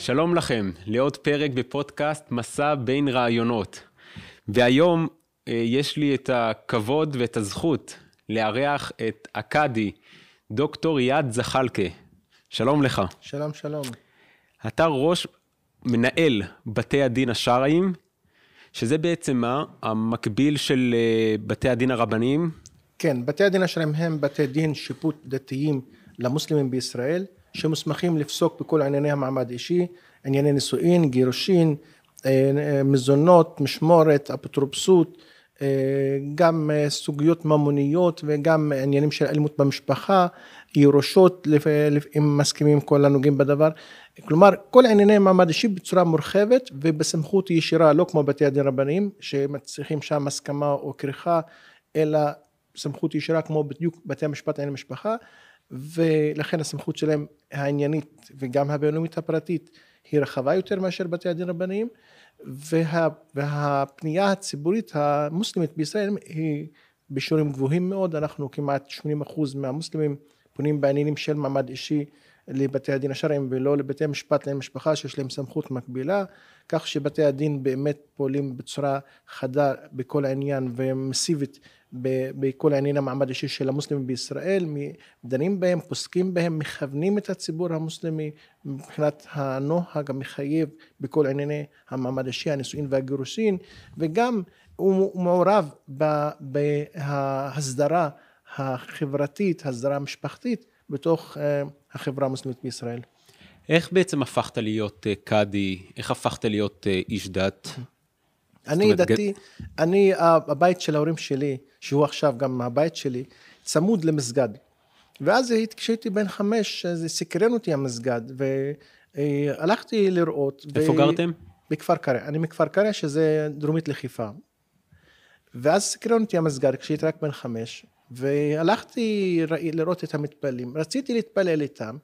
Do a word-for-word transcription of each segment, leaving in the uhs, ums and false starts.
שלום לכם, לעוד פרק בפודקאסט מסע בין רעיונות. והיום אה, יש לי את הכבוד ואת הזכות לארח את הקאדי, דוקטור יעד זחאלקה. שלום לך. שלום, שלום. אתה ראש מנהל בתי הדין השרעיים, שזה בעצם מה? המקביל של אה, בתי הדין הרבניים? כן, בתי הדין השרעיים הם בתי דין שיפוט דתיים למוסלמים בישראל, שמוסמכים לפסוק בכל ענייני המעמד אישי, ענייני נישואין, גירושין, מזונות, משמורת, אפוטרופסות, גם סוגיות ממוניות וגם עניינים של אלימות במשפחה, ירושות, אם מסכימים כל הנוגעים בדבר. כלומר, כל ענייני מעמד אישי בצורה מורחבת ובסמכות ישירה, לא כמו בתי הדין רבניים, שמצריכים שם הסכמה או כריכה, אלא סמכות ישירה כמו בדיוק בתי המשפט לענייני משפחה, ולכן הסמכות שלהם העניינית וגם הבינלאומית הפרטית היא רחבה יותר מאשר בתי הדין רבניים, וה, והפנייה הציבורית המוסלמית בישראל היא בשיעורים גבוהים מאוד. אנחנו כמעט שמונים אחוז מהמוסלמים פונים בעניינים של מעמד אישי לבתי הדין השרעיים ולא לבתי המשפט לענייני משפחה שיש להם סמכות מקבילה, כך שבתי הדין באמת פועלים בצורה חדה בכל העניין ומסיבית בכל העניין המעמד אישי של המוסלמים בישראל, דנים בהם, פוסקים בהם, מכוונים את הציבור המוסלמי מבחינת הנוהג המחייב בכל ענייני המעמד אישי, הנישואין והגירושין, וגם הוא מעורב בהסדרה החברתית, הסדרה המשפחתית בתוך החברה המוסלמית בישראל. איך בעצם הפכת להיות קאדי? איך הפכת להיות איש דת? אני דתי, אני, הבית של ההורים שלי, שהוא עכשיו גם הבית שלי, צמוד למסגד. ואז כשהייתי בן חמש, זה סקרן אותי המסגד, והלכתי לראות. איפה ו... גרתם? בכפר קרע. אני מכפר קרע, שזה דרומית לחיפה. ואז סקרן אותי המסגד, כשהייתי רק בן חמש, והלכתי לראות את המתפללים. רציתי להתפלל איתם,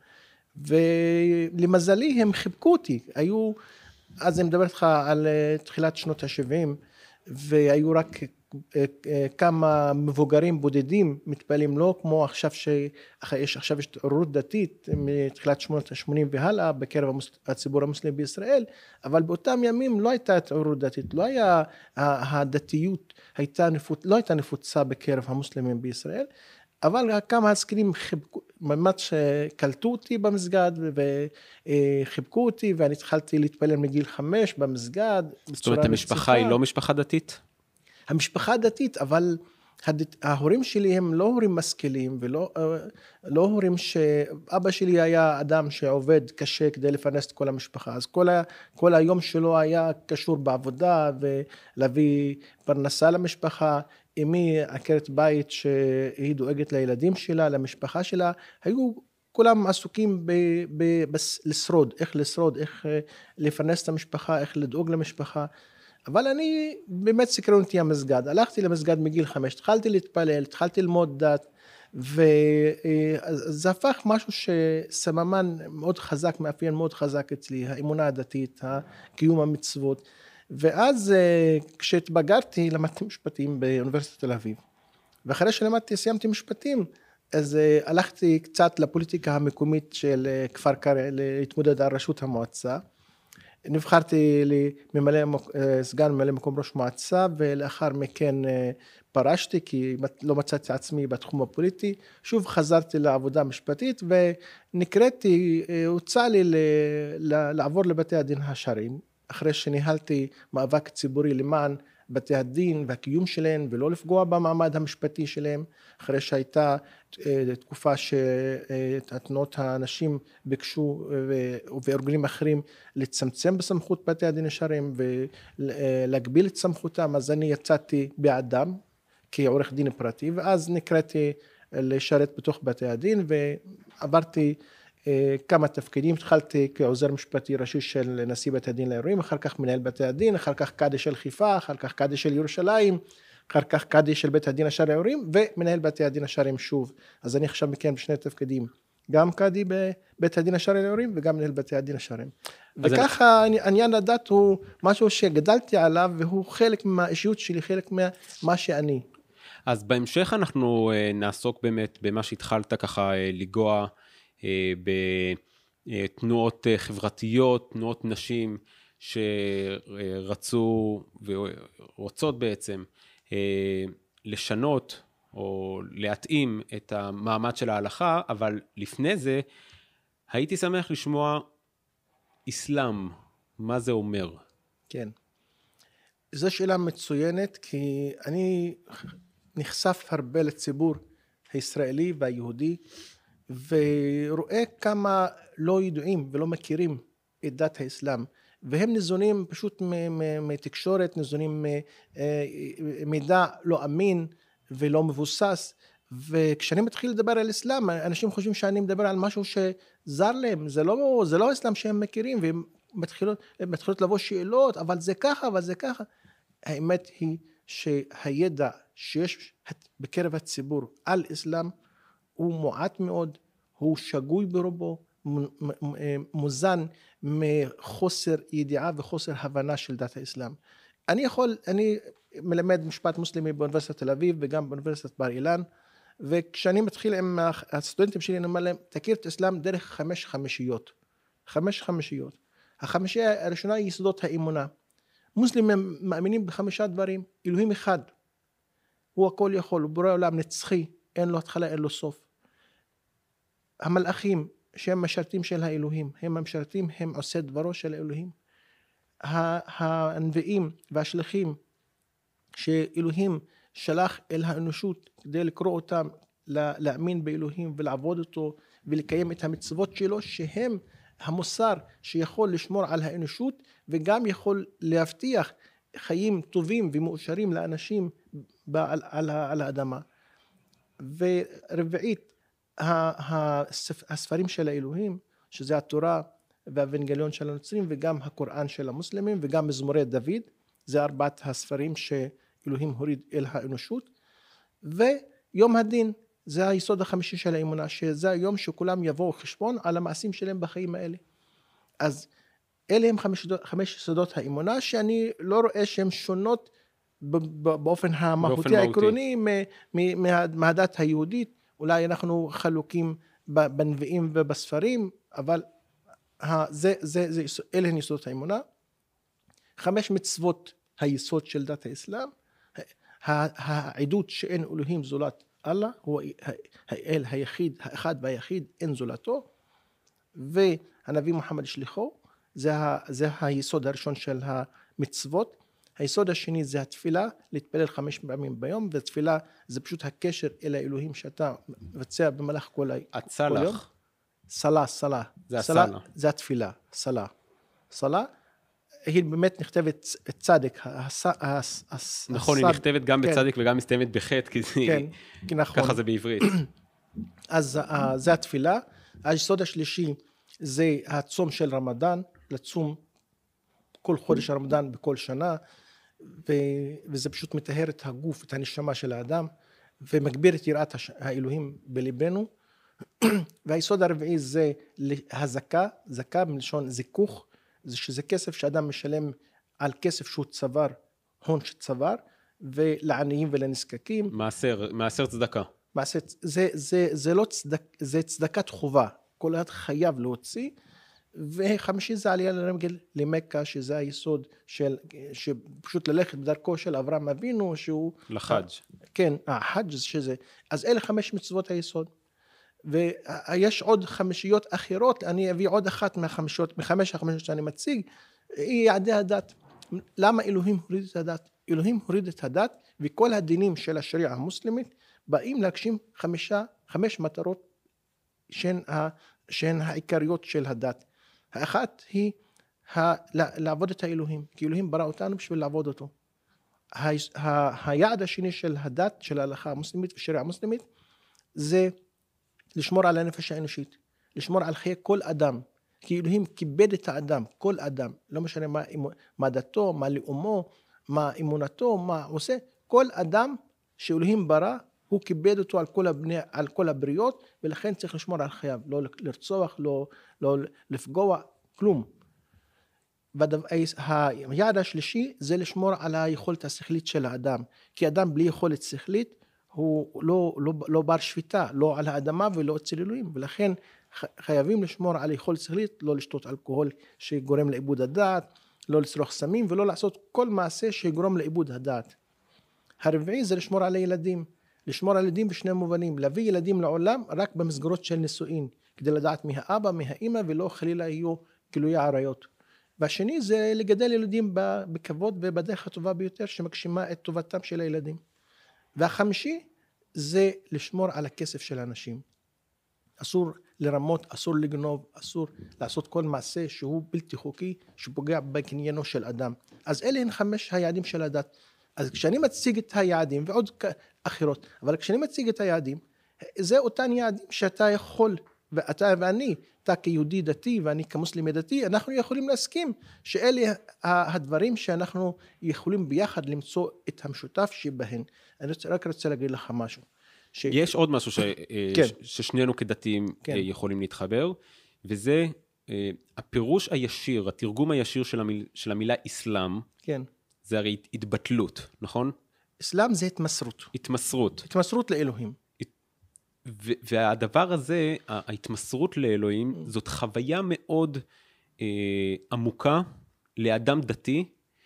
ולמזלי הם חיבקו אותי. היו... אז אני מדבר איתך על תחילת שנות ה-שבעים, והיו רק כמה מבוגרים בודדים מתפעלים, לא כמו עכשיו שיש עכשיו יש התעוררות דתית מתחילת שנות ה-שמונים והלאה בקרב הציבור המוסלמי בישראל, אבל באותם ימים לא הייתה התעוררות דתית, לא היה, הדתיות הייתה נפוצ, לא הייתה נפוצה בקרב המוסלמים בישראל, אבל כמה הזקנים חיבקו, ממש קלטו אותי במסגד וחיבקו אותי, ואני התחלתי להתפלל מגיל חמש במסגד. זאת אומרת, המשפחה היא לא משפחה דתית? המשפחה דתית, אבל ההורים שלי הם לא הורים משכילים, ולא לא הורים שאבא שלי היה אדם שעובד קשה כדי לפרנס את כל המשפחה, אז כל, ה, כל היום שלו היה קשור בעבודה ולהביא פרנסה למשפחה. אמי עקרת בית שהיא דואגת לילדים שלה, למשפחה שלה, היו כולם עסוקים ב, ב, ב, לשרוד, איך לשרוד, איך לפרנס את המשפחה, איך לדאוג למשפחה. אבל אני באמת סקרן אותי המסגד, הלכתי למסגד מגיל חמש, התחלתי להתפלל, התחלתי ללמוד דת, וזה הפך משהו שסממן מאוד חזק, מאפיין מאוד חזק אצלי, האמונה הדתית, קיום המצוות. ואז כשהתבגרתי למדתי משפטים באוניברסיטת תל אביב, ואחרי שלמדתי סיימתי משפטים, אז הלכתי קצת לפוליטיקה המקומית של כפר קרע, להתמודד על ראשות המועצה. נבחרתי לממלא, סגן ממלא מקום ראש מועצה, ולאחר מכן פרשתי כי לא מצאתי עצמי בתחום הפוליטי. שוב חזרתי לעבודה משפטית ונקראתי, הוצע לי לעבור לבתי הדין השרעיים, אחרי שניהלתי מאבק ציבורי למען בתי הדין והקיום שלהם ולא לפגוע במעמד המשפטי שלהם, אחרי שהייתה תקופה שהתנועות האנשים ביקשו וארגונים אחרים לצמצם בסמכות בתי הדין השרעיים ולהגביל את סמכותם, אז אני יצאתי בעדם כעורך דין פרטי, ואז נקראתי לשרת בתוך בתי הדין ועברתי כמה תפקידים. התחלתי כעוזר משפטי ראשי של נשיא בתי הדין לערעורים, אחר כך מנהל בתי הדין, אחר כך קאדי של חיפה, אחר כך קאדי של ירושלים, אחר כך קאדי של בית הדין השרעי לערעורים, ומנהל בתי הדין השרעיים שוב. אז אני עכשיו מכהן בשני תפקידים, גם קאדי בבית הדין השרעי לערעורים וגם מנהל בתי הדין השרעיים. וככה אני... עניין הדת הוא משהו שגדלתי עליו, והוא חלק מהאישיות שלי, חלק ממה שאני. אז בהמשך אנחנו נעסוק באמת במה שהתחלת ככה לגוע תנועות חברתיות, תנועות נשים שרצו ורוצות בעצם לשנות או להתאים את המעמד של ההלכה, אבל לפני זה הייתי שמח לשמוע אסלאם, מה זה אומר? כן. זו שאלה מצוינת, כי אני נחשף הרבה לציבור הישראלי והיהודי, ורואה כמה לא ידועים ולא מכירים את דת האסלאם, והם ניזונים פשוט מתקשורת, ניזונים מידע לא אמין ולא מבוסס, וכשאני מתחיל לדבר על אסלאם, אנשים חושבים שאני מדבר על משהו שזר להם, זה לא, זה לא אסלאם שהם מכירים, והם מתחילות, מתחילות לבוא שאלות, אבל זה ככה, אבל זה ככה. האמת היא שהידע שיש בקרב הציבור על אסלאם, הוא מועט מאוד, הוא שגוי ברובו, מוזן מחוסר ידיעה וחוסר הבנה של דת האסלאם. אני יכול, אני מלמד משפט מוסלמי באוניברסיטת תל אביב וגם באוניברסיטת בר אילן, וכשאני מתחיל עם הסטודנטים שלי, אני אומר להם, תכיר את האסלאם דרך חמש חמישיות. חמש חמישיות. החמישייה הראשונה היא יסודות האמונה. מוסלמים מאמינים בחמישה דברים, אלוהים אחד, הוא הכל יכול, הוא בורא עולם נצחי, אין לו התחלה, אין לו סוף. המלאכים שהם משרתים של האלוהים, הם המשרתים, הם עושי דברו של האלוהים. הנביאים והשליחים שאלוהים שלח אל האנושות כדי לקרוא אותם, להאמין באלוהים ולעבוד אותו ולקיים את המצוות שלו, שהם המוסר שיכול לשמור על האנושות וגם יכול להבטיח חיים טובים ומאושרים לאנשים על, על, על האדמה. ורביעית, הספרים של האלוהים, שזה התורה והאבנגליון של הנוצרים וגם הקוראן של המוסלמים וגם מזמורי דוד, זה ארבעת הספרים שאלוהים הוריד אל האנושות. ויום הדין, זה היסוד החמישי של האמונה, שזה היום שכולם יבואו חשבון על המעשים שלהם בחיים האלה. אז אלה הם חמש, חמש יסודות האמונה, שאני לא רואה שהן שונות באופן המהותי העקרוני מהדת היהודית. אולי אנחנו חלוקים בנביאים ובספרים, אבל זה, זה, זה, אלה הן יסודות האמונה. חמש מצוות היסוד של דת האסלאם, העדות שאין אלוהים זולת אללה, הוא האל היחיד, האחד והיחיד, אין זולתו, והנביא מוחמד שליחו, זה, זה היסוד הראשון של המצוות. היסוד השני זה התפילה, להתפלל חמש פעמים ביום, והתפילה זה פשוט הקשר אל האלוהים שאתה מבצע במהלך כל היום. הצלח. סלה, סלה. זה הסלה. זה התפילה, סלה. סלה, היא באמת נכתבת צדק. נכון, היא נכתבת גם בצדק וגם מסתיימת בחטא, כי ככה זה בעברית. אז זה התפילה. היסוד השלישי זה הצום של רמדאן, לצום כל חודש הרמדאן בכל שנה, וזה פשוט מטהר את הגוף, את הנשמה של האדם, ומגביר את יראת האלוהים בליבנו. והיסוד הרביעי זה הזקה, זקה מלשון זיכוך, שזה כסף שאדם משלם על כסף שהוא צבר, הון שצבר, ולעניים ולנזקקים. מעשר, מעשר צדקה. מעשר, זה, זה, זה לא צדק, זה צדקת חובה, כל אחד חייב להוציא, וחמישי זה עלייה לרגל למכה, שזה היסוד של, שפשוט ללכת בדרכו של אברהם אבינו, שהוא... לחאג'. כן, החאג' שזה, אז אלה חמש מצוות היסוד. ויש עוד חמישיות אחרות, אני אביא עוד אחת מהחמישיות, מחמש החמישיות שאני מציג, היא יעדי הדת. למה אלוהים הוריד את הדת? אלוהים הוריד את הדת, וכל הדינים של השריעה המוסלמית, באים להגשים חמישה, חמש מטרות שהן, שהן העיקריות של הדת. האחת היא ה, לעבוד את האלוהים, כי אלוהים ברא אותנו בשביל לעבוד אותו. ה, ה, היעד השני של הדת, של ההלכה המוסלמית ושריעה המוסלמית, זה לשמור על הנפש האנושית, לשמור על חיי כל אדם, כי אלוהים כיבד את האדם, כל אדם, לא משנה מה, מה דתו, מה לאומו, מה אמונתו, מה עושה, כל אדם שאלוהים ברא, הוא כיבד אותו על כל, הבני, על כל הבריות, ולכן צריך לשמור על חייו, לא לרצוח, לא, לא לפגוע, כלום. והיעד השלישי זה לשמור על היכולת השכלית של האדם, כי אדם בלי יכולת שכלית, הוא לא, לא, לא בר שפיטה, לא על האדמה ולא אצל אלוהים, ולכן חייבים לשמור על יכולת שכלית, לא לשתות אלכוהול שגורם לאיבוד הדעת, לא לצרוך סמים ולא לעשות כל מעשה שיגרום לאיבוד הדעת. הרביעי זה לשמור על הילדים, לשמור על ילדים בשני מובנים, להביא ילדים לעולם רק במסגרות של נישואין, כדי לדעת מי האבא, מי האמא, ולא חלילה יהיו גילויי עריות. והשני זה לגדל ילדים בכבוד ובדרך הטובה ביותר שמגשימה את טובתם של הילדים. והחמישי זה לשמור על הכסף של האנשים. אסור לרמות, אסור לגנוב, אסור לעשות כל מעשה שהוא בלתי חוקי, שפוגע בקניינו של אדם. אז אלה הן חמש היעדים של הדת. אז כשאני מציג את היעדים, ועוד אחרות, אבל כשאני מציג את היעדים, זה אותן יעדים שאתה יכול, ואתה ואני, אתה כיהודי דתי ואני כמוסלמי דתי, אנחנו יכולים להסכים שאלה הדברים שאנחנו יכולים ביחד למצוא את המשותף שבהן. אני רק רוצה להגיד לך משהו. ש... יש עוד משהו ש... כן. ששנינו כדתיים כן. יכולים להתחבר, וזה הפירוש הישיר, התרגום הישיר של, המיל... של המילה אסלאם, כן. זה הרי התבטלות, נכון? אסלאם זה התמסרות. התמסרות. התמסרות לאלוהים. ו... והדבר הזה, ההתמסרות לאלוהים, mm. זאת חוויה מאוד אה, עמוקה לאדם דתי,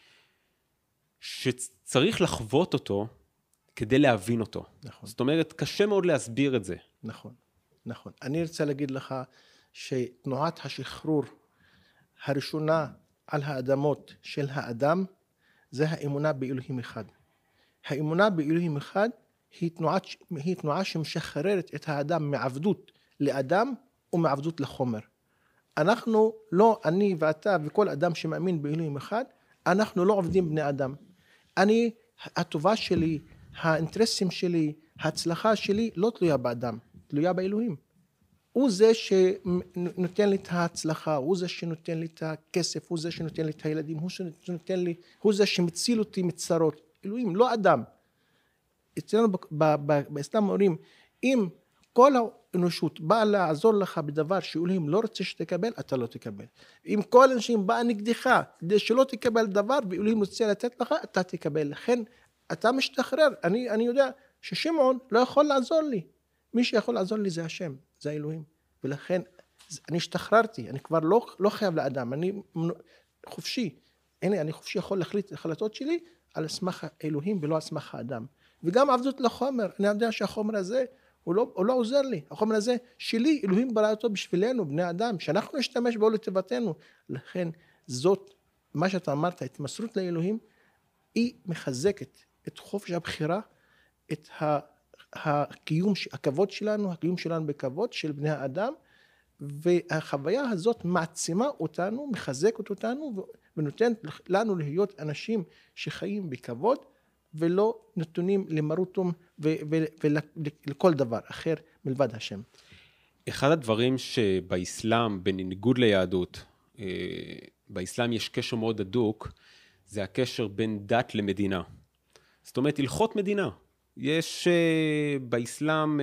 שצריך לחוות אותו, כדי להבין אותו. נכון. זאת אומרת, קשה מאוד להסביר את זה. נכון, נכון. אני רוצה להגיד לך שתנועת השחרור הראשונה על האדמות של האדם, זה האמונה באלוהים אחד. האמונה באלוהים אחד היא תנועה, היא תנועה שמשחררת את האדם מעבדות לאדם ומעבדות לחומר. אנחנו לא, אני ואתה וכל אדם שמאמין באלוהים אחד, אנחנו לא עובדים בני אדם. אני, הטובה שלי, האינטרסים שלי, ההצלחה שלי לא תלויה באדם, תלויה באלוהים. הוא זה שנותן לי את ההצלחה, הוא זה שנותן לי את הכסף, הוא זה שנותן לי את הילדים, הוא שנותן לי, הוא זה שמציל אותי מצרות. אלוהים, לא אדם. אצלנו באסלאם אומרים, אם כל האנושות באה לעזור לך בדבר שאלוהים לא רוצה שתקבל, אתה לא תקבל. אם כל אנשים באה נגדך כדי שלא תקבל דבר ואלוהים רוצה לתת לך, אתה תקבל. לכן אתה משתחרר. אני, אני יודע ששמעון לא יכול לעזור לי. מי שיכול לעזור לי זה השם, זה האלוהים. ולכן אני השתחררתי, אני כבר לא, לא חייב לאדם, אני חופשי. הנה, אני חופשי יכול להחליט החלטות שלי על סמך האלוהים ולא על סמך האדם. וגם עבדות לחומר, אני יודע שהחומר הזה הוא לא, הוא לא עוזר לי. החומר הזה שלי, אלוהים ברא אותו בשבילנו, בני אדם, שאנחנו נשתמש בו לטובתנו. לכן זאת, מה שאתה אמרת, התמסרות לאלוהים, היא מחזקת את חופש הבחירה, את הקיום, הכבוד שלנו, הקיום שלנו בכבוד של בני האדם, והחוויה הזאת מעצימה אותנו, מחזקת אותנו, ונותנת לנו להיות אנשים שחיים בכבוד, ולא נתונים למרותם ולכל דבר אחר מלבד השם. אחד הדברים שבאסלאם, בניגוד ליהדות, באסלאם יש קשר מאוד הדוק, זה הקשר בין דת למדינה. זאת אומרת, הלכות מדינה. יש באסלאם,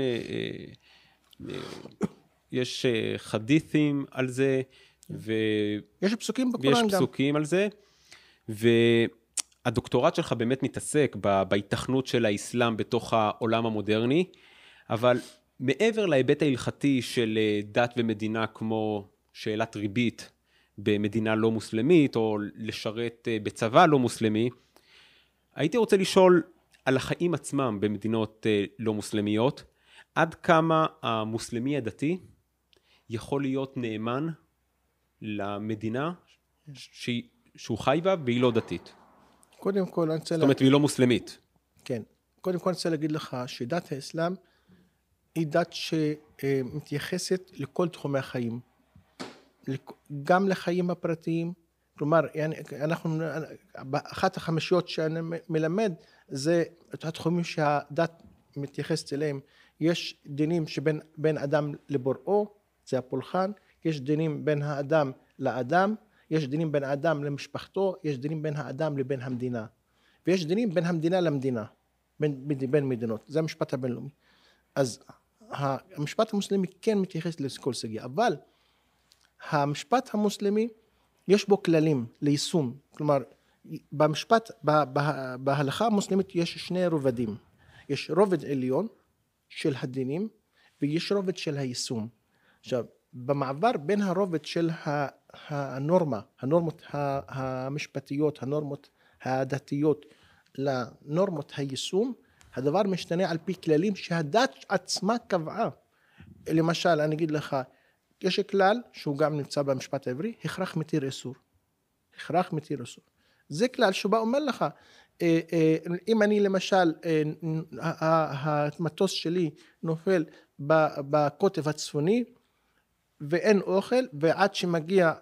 יש חדית'ים על זה, יש פסוקים בקוראן גם. יש פסוקים על זה, והדוקטורט שלך באמת מתעסק בהיתכנות של האסלאם בתוך העולם המודרני, אבל מעבר להיבט ההלכתי של דת ומדינה, כמו שאלת ריבית במדינה לא מוסלמית, או לשרת בצבא לא מוסלמי, הייתי רוצה לשאול על החיים עצמם במדינות לא מוסלמיות, עד כמה המוסלמי הדתי יכול להיות נאמן למדינה שהוא חי בה והיא לא דתית. קודם כל, אני רוצה... זאת אומרת, והיא לא מוסלמית. כן. קודם כל, אני רוצה להגיד לך שדת האסלאם היא דת שמתייחסת לכל תחומי החיים. גם לחיים הפרטיים, כלומר, אנחנו, אחת החמישיות שאני מלמד, זה את התחומים שהדת מתייחסת אליהם. יש דינים שבין בין אדם לבוראו, זה הפולחן, יש דינים בין האדם לאדם, יש דינים בין האדם למשפחתו, יש דינים בין האדם לבין המדינה, ויש דינים בין המדינה למדינה, בין, בין מדינות, זה המשפט הבינלאומי. אז המשפט המוסלמי כן מתייחס לכל סוגיה, אבל המשפט המוסלמי יש בו כללים ליישום, כלומר במשפט, בהלכה המוסלמית יש שני רובדים, יש רובד עליון של הדינים ויש רובד של היישום. עכשיו במעבר בין הרובד של הנורמה, הנורמות המשפטיות, הנורמות הדתיות, לנורמות היישום, הדבר משתנה על פי כללים שהדת עצמה קבעה. למשל, אני אגיד לך, יש כלל שהוא גם נמצא במשפט העברי, הכרח מתיר איסור. הכרח מתיר איסור. זה כלל שבא אומר לך, אם אני למשל, המטוס שלי נופל בקוטב הצפוני, ואין אוכל, ועד שמגיע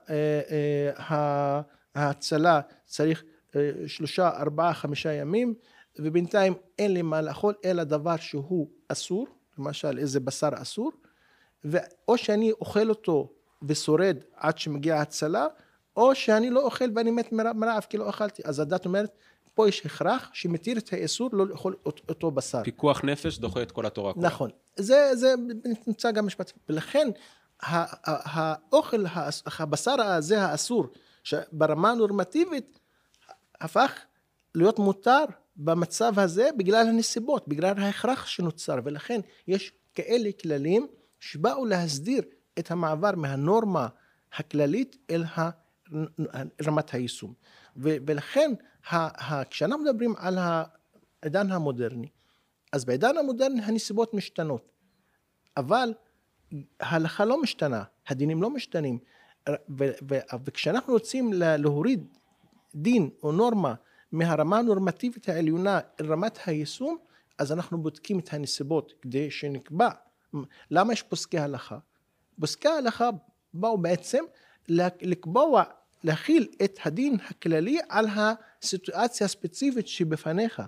ההצלה צריך שלושה, ארבעה, חמישה ימים, ובינתיים אין לי מה לאכול, אלא דבר שהוא אסור, למשל איזה בשר אסור, או שאני אוכל אותו ושורד עד שמגיע ההצלה, או שאני לא אוכל ואני מת מרעב כי לא אכלתי. אז הדת אומרת, פה יש הכרח שמתיר את האיסור לא לאכול אותו בשר. פיקוח נפש דוחה את כל התורה. נכון. זה, זה נמצא גם משפט. ולכן, האוכל, הבשר הזה האסור, שברמה הנורמטיבית, הפך להיות מותר במצב הזה בגלל הנסיבות, בגלל ההכרח שנוצר. ולכן יש כאלה כללים שבאו להסדיר את המעבר מהנורמה הכללית אל רמת היישום. ולכן, כשאנחנו מדברים על העידן המודרני, אז בעידן המודרני הנסיבות משתנות, אבל ההלכה לא משתנה, הדינים לא משתנים, וכשאנחנו רוצים להוריד דין או נורמה מהרמה הנורמטיבית העליונה אל רמת היישום, אז אנחנו בודקים את הנסיבות כדי שנקבע. למה יש פוסקי הלכה? פוסקי ההלכה באו בעצם לקבוע, להכיל את הדין הכללי על הסיטואציה הספציפית שבפניך.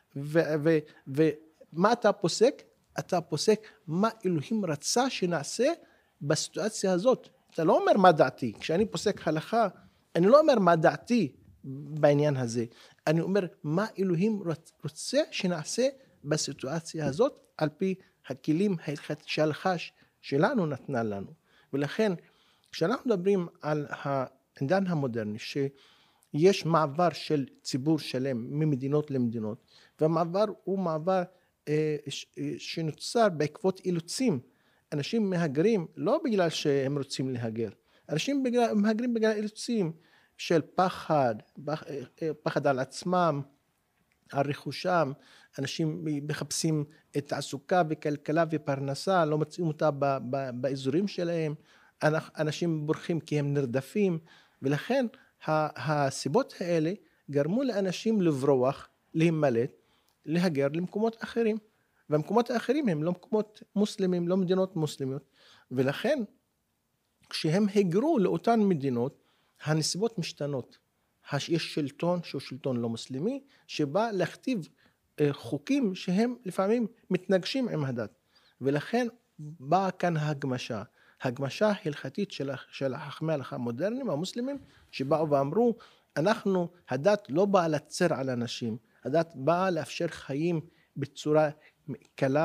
ומה אתה פוסק? אתה פוסק מה אלוהים רצה שנעשה בסיטואציה הזאת. אתה לא אומר מה דעתי. כשאני פוסק הלכה, אני לא אומר מה דעתי בעניין הזה. אני אומר מה אלוהים רוצה שנעשה בסיטואציה הזאת, על פי הכלים שההלכה שלנו נתנה לנו. ולכן, כשאנחנו מדברים על העידן המודרני, שיש מעבר של ציבור שלם ממדינות למדינות, והמעבר הוא מעבר שנוצר בעקבות אילוצים. אנשים מהגרים לא בגלל שהם רוצים להגר, אנשים בגלל, מהגרים בגלל אילוצים של פחד, פחד על עצמם, על רכושם. אנשים מחפשים את תעסוקה וכלכלה ופרנסה, לא מוצאים אותה באזורים שלהם. אנשים בורחים כי הם נרדפים, ולכן הסיבות האלה גרמו לאנשים לברוח, להימלט, להגר למקומות אחרים. והמקומות האחרים הם לא מקומות מוסלמים, לא מדינות מוסלמיות. ולכן, כשהם הגרו לאותן מדינות, הנסיבות משתנות. יש שלטון שהוא שלטון לא מוסלמי, שבא להכתיב חוקים שהם לפעמים מתנגשים עם הדת. ולכן באה כאן הגמשה. הגמשה הלכתית של, של החכמי ההלכה המודרניים, המוסלמים, שבאו ואמרו, אנחנו, הדת לא באה לצר על אנשים, הדת באה לאפשר חיים בצורה קלה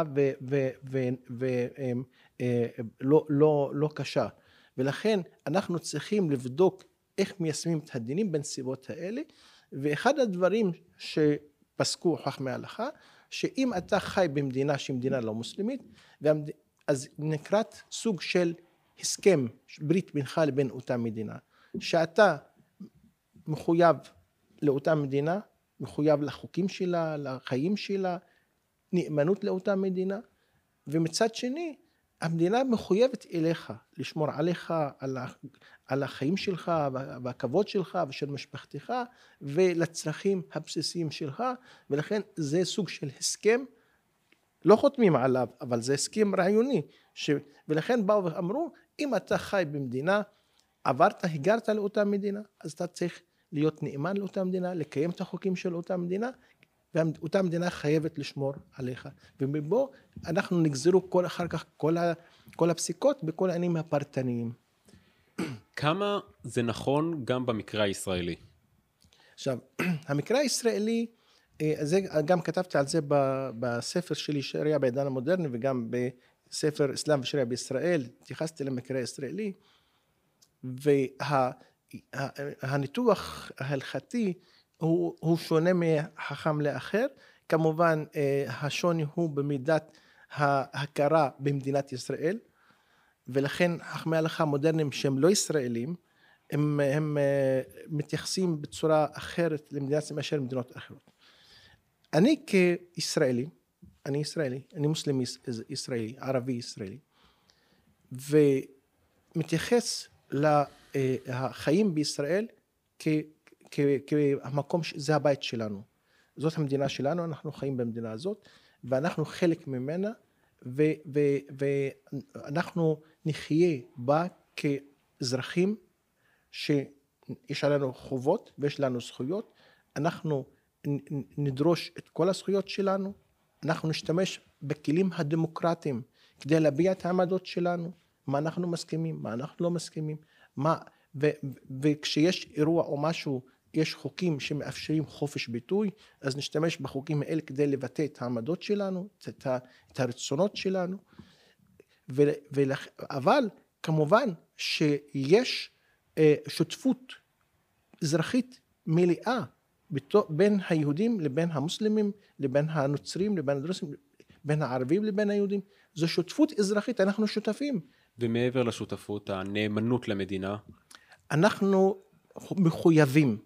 ולא לא, לא קשה. ולכן אנחנו צריכים לבדוק איך מיישמים את הדינים בנסיבות האלה, ואחד הדברים שפסקו חכמי ההלכה, שאם אתה חי במדינה שהיא מדינה לא מוסלמית, אז נקראת סוג של הסכם, ברית בינך לבין אותה מדינה, שאתה מחויב לאותה מדינה, מחויב לחוקים שלה, לחיים שלה, נאמנות לאותה מדינה, ומצד שני, המדינה מחויבת אליך, לשמור עליך, על, על החיים שלך, והכבוד שלך ושל משפחתך, ולצרכים הבסיסיים שלך, ולכן זה סוג של הסכם, לא חותמים עליו, אבל זה הסכם רעיוני, ש... ולכן באו ואמרו, אם אתה חי במדינה, עברת, הגרת לאותה מדינה, אז אתה צריך להיות נאמן לאותה מדינה, לקיים את החוקים של אותה מדינה, ואותה מדינה חייבת לשמור עליך. ומבוא אנחנו נגזרו כל אחר כך, כל, ה... כל הפסיקות, בכל העניינים הפרטניים. כמה זה נכון גם במקרה הישראלי? עכשיו, המקרה הישראלי, זה, גם כתבתי על זה בספר שלי שריעה בעידן המודרני, וגם בספר אסלאם ושריעה בישראל, התייחסתי למקרה הישראלי, והניתוח ההלכתי הוא, הוא שונה מחכם לאחר. כמובן, השוני הוא במידת ההכרה במדינת ישראל, ולכן חכמי ההלכה המודרניים שהם לא ישראלים, הם, הם מתייחסים בצורה אחרת למדינת ישראל מאשר למדינות אחרות. אני כישראלי, אני ישראלי, אני מוסלמי ישראלי, ערבי ישראלי, ומתייחס לחיים בישראל כמקום, זה הבית שלנו. זאת המדינה שלנו, אנחנו חיים במדינה הזאת, ואנחנו חלק ממנה, ואנחנו נחיה בה כאזרחים, שיש לנו חובות ויש לנו זכויות, אנחנו נדרוש את כל הזכויות שלנו, אנחנו נשתמש בכלים הדמוקרטיים כדי להביע את העמדות שלנו, מה אנחנו מסכימים, מה אנחנו לא מסכימים, מה, ו, וכשיש אירוע או משהו, יש חוקים שמאפשרים חופש ביטוי, אז נשתמש בחוקים האלה כדי לבטא את העמדות שלנו, את, את הרצונות שלנו, ו, ולכ, אבל כמובן שיש שותפות אזרחית מלאה בין היהודים לבין המוסלמים, לבין הנוצרים, לבין הדרוזים, בין הערבים לבין היהודים. זו שותפות אזרחית, אנחנו שותפים. ומעבר לשותפות, הנאמנות למדינה? אנחנו מחויבים.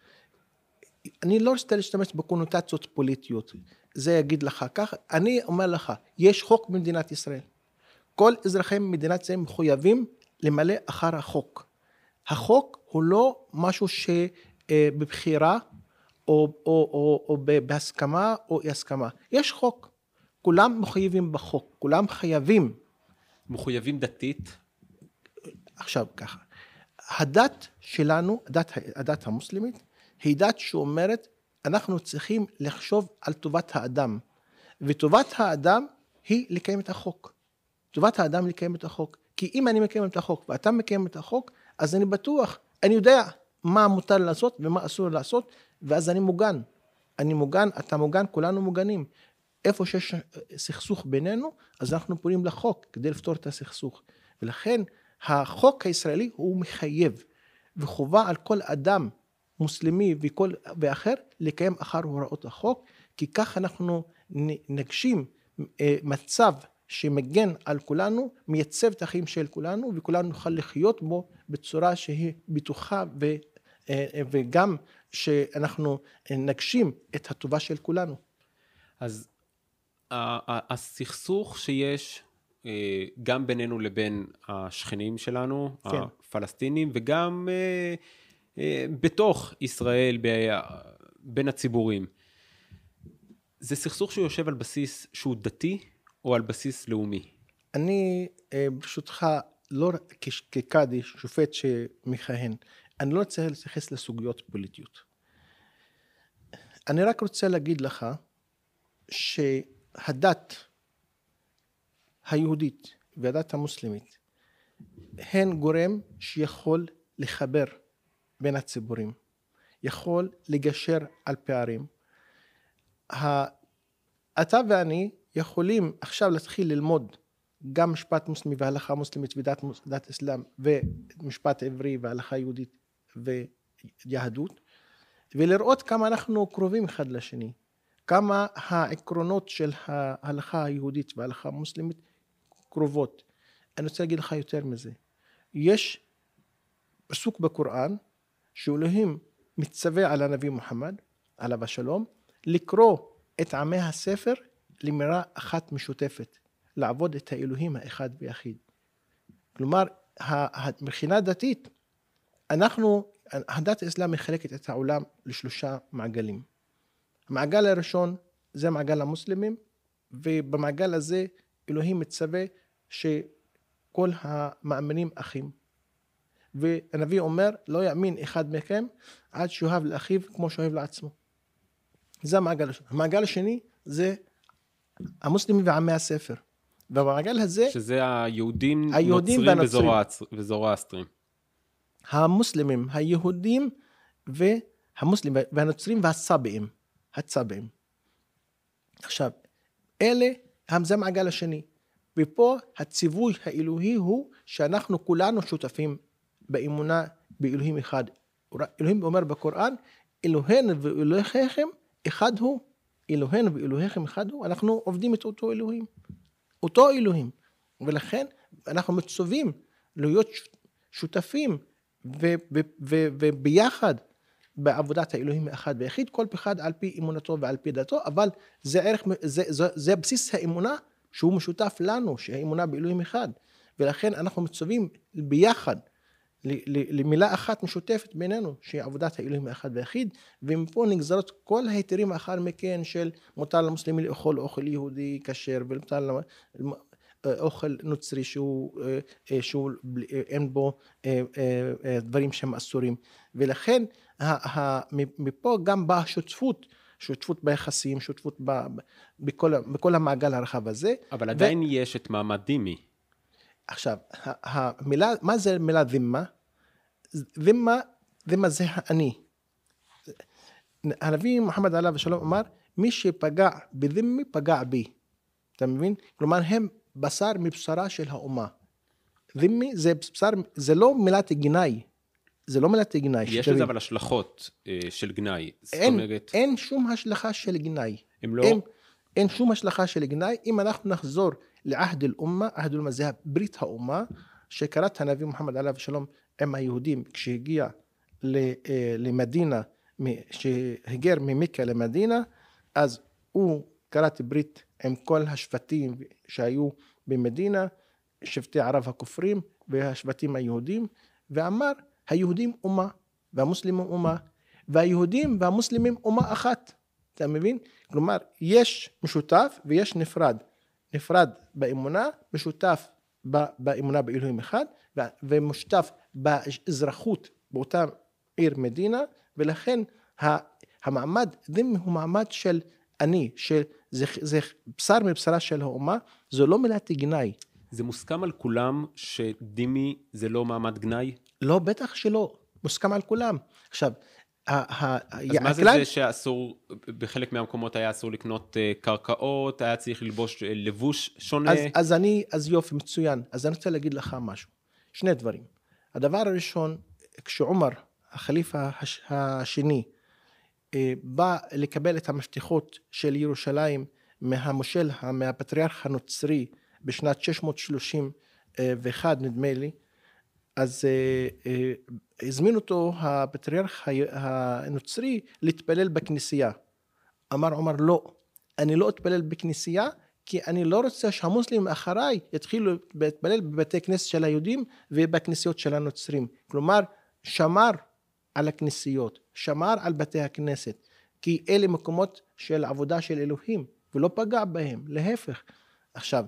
אני לא רוצה להשתמש בקונוטציות פוליטיות. זה יגיד לך כך. אני אומר לך, יש חוק במדינת ישראל. כל אזרחי מדינת ישראל מחויבים למלא אחר החוק. החוק הוא לא משהו שבבחירה או, או, או, או בהסכמה או אי הסכמה. יש חוק. כולם מחויבים בחוק. כולם חייבים. מחויבים דתית? עכשיו ככה. הדת שלנו, הדת, הדת המוסלמית, היא דת שאומרת, אנחנו צריכים לחשוב על טובת האדם. וטובת האדם היא לקיים את החוק. טובת האדם לקיים את החוק. כי אם אני מקיים את החוק ואתה מקיים את החוק, אז אני בטוח, אני יודע מה מותר לעשות ומה אסור לעשות, ואז אני מוגן. אני מוגן, אתה מוגן, כולנו מוגנים. איפה שיש סכסוך בינינו, אז אנחנו פונים לחוק כדי לפתור את הסכסוך. ולכן החוק הישראלי הוא מחייב, וחובה על כל אדם מוסלמי וכל, ואחר לקיים אחר הוראות החוק, כי כך אנחנו נגשים מצב שמגן על כולנו, מייצב את החיים של כולנו, וכולנו נוכל לחיות בו בצורה שהיא בטוחה, ו, וגם שאנחנו נגשים את הטובה של כולנו. אז הסכסוך שיש גם בינינו לבין השכנים שלנו, כן. הפלסטינים, וגם בתוך ישראל, בין הציבורים, זה סכסוך שהוא יושב על בסיס שהוא דתי, או על בסיס לאומי? אני, ברשותך, לא כקאדי, שופט שמכהן, אני לא רוצה להתייחס לסוגיות פוליטיות. אני רק רוצה להגיד לך, שהדת היהודית והדת המוסלמית, הן גורם שיכול לחבר בין הציבורים, יכול לגשר על פערים. אתה ואני יכולים עכשיו להתחיל ללמוד גם משפט מוסלמי והלכה מוסלמית ודת דת אסלאם ומשפט עברי והלכה יהודית ויהדות, ולראות כמה אנחנו קרובים אחד לשני, כמה העקרונות של ההלכה היהודית וההלכה המוסלמית קרובות. אני רוצה להגיד לך יותר מזה. יש פסוק בקוראן שאלוהים מצווה על הנביא מוחמד, עליו השלום, לקרוא את עמי הספר למילה אחת משותפת, לעבוד את האלוהים האחד ויחיד. כלומר, מבחינה דתית, אנחנו, הדת האסלאם מחלקת את העולם לשלושה מעגלים. המעגל הראשון זה מעגל המוסלמים, ובמעגל הזה אלוהים מצווה שכל המאמינים אחים. והנביא אומר, לא יאמין אחד מכם עד שאוהב לאחיו כמו שאוהב לעצמו. זה המעגל הראשון. המעגל השני זה המוסלמים ועמי הספר. ובמעגל הזה... שזה היהודים, היהודים נוצרים וזורואסטרים. המוסלמים, היהודים והמוסלמים והנוצרים והצאבעים. הצאבעים. עכשיו, אלה, זה המעגל השני. ופה הציווי האלוהי הוא שאנחנו כולנו שותפים באמונה באלוהים אחד. אלוהים אומר בקוראן, אלוהינו ואלוהיכם אחד הוא. אלוהינו ואלוהיכם אחד הוא. אנחנו עובדים את אותו אלוהים. אותו אלוהים. ולכן אנחנו מצווים להיות שותפים ו- ו- ו- וביחד בעבודת האלוהים האחד ויחיד, כל אחד על פי אמונתו ועל פי דתו, אבל זה ערך, זה, זה, זה בסיס האמונה שהוא משותף לנו, שהאמונה באלוהים אחד, ולכן אנחנו מצווים ביחד למילה אחת משותפת בינינו, שהיא עבודת האלוהים האחד והיחיד, ומפה נגזרות כל ההיתרים אחר מכן של מותר למוסלמי לאכול אוכל יהודי כשר, ומותר אוכל נוצרי שהוא, שהוא אין בו דברים שהם אסורים, ולכן מפה גם באה שותפות, שותפות ביחסים, שותפות בכל, בכל המעגל הרחב הזה. אבל עדיין ו... יש את מעמד דימי. עכשיו, המילה, מה זה מילה ذمة? ذمة, ذمة זה אני. הנביא מוחמד עליו השלום אמר, מי שפגע בذمي פגע בי. אתה מבין? כלומר, הם בשר מבשרה של האומה. ذمي זה בשר, זה לא מילת גנאי. זה לא מילת גנאי. יש לזה אבל השלכות של גנאי. אין, אומרת... אין שום השלכה של גנאי. הם לא... אין, אין שום השלכה של גנאי. אם אנחנו נחזור לעהד אל-אומה, עהד אל-אומה זה ברית האומה, שקראת הנביא מוחמד עליו השלום עם היהודים, כשהגיע למדינה, שהגר ממכה למדינה, אז הוא קראת ברית עם כל השבטים שהיו במדינה, שבטי ערב הכופרים והשבטים היהודים, ואמר, היהודים אומה, והמוסלמים אומה, והיהודים והמוסלמים אומה אחת. אתה מבין? כלומר, יש משותף ויש נפרד. נפרד באמונה, משותף באמונה באלוהים אחד, ומשותף באזרחות באותה עיר מדינה, ולכן המעמד ذمي הוא מעמד של אני, שזה זה בשר מבשרה של האומה, זו לא מילת גנאי. זה מוסכם על כולם שדימי זה לא מעמד גנאי? לא, בטח שלא, מוסכם על כולם. עכשיו, אז מה זה זה שאסור, בחלק מהמקומות היה אסור לקנות קרקעות, היה צריך ללבוש לבוש שונה? אז, אז אני, אז יופי, מצוין. אז אני רוצה להגיד לך משהו. שני דברים. הדבר הראשון, כשעומר, החליפה השני, בא לקבל את המפתחות של ירושלים מהמושל, מהפטריארך הנוצרי, בשנת שש מאות שלושים ואחת נדמה לי, אז הזמין אותו הפטריארך הנוצרי להתפלל בכנסייה. אמר עומר, לא, אני לא אתפלל בכנסייה, כי אני לא רוצה שהמוסלמים אחריי יתחילו להתפלל בבתי כנסת של היהודים ובכנסיות של הנוצרים. כלומר, שמר על הכנסיות, שמר על בתי הכנסת, כי אלה מקומות של עבודה של אלוהים, ולא פגע בהם, להפך. עכשיו,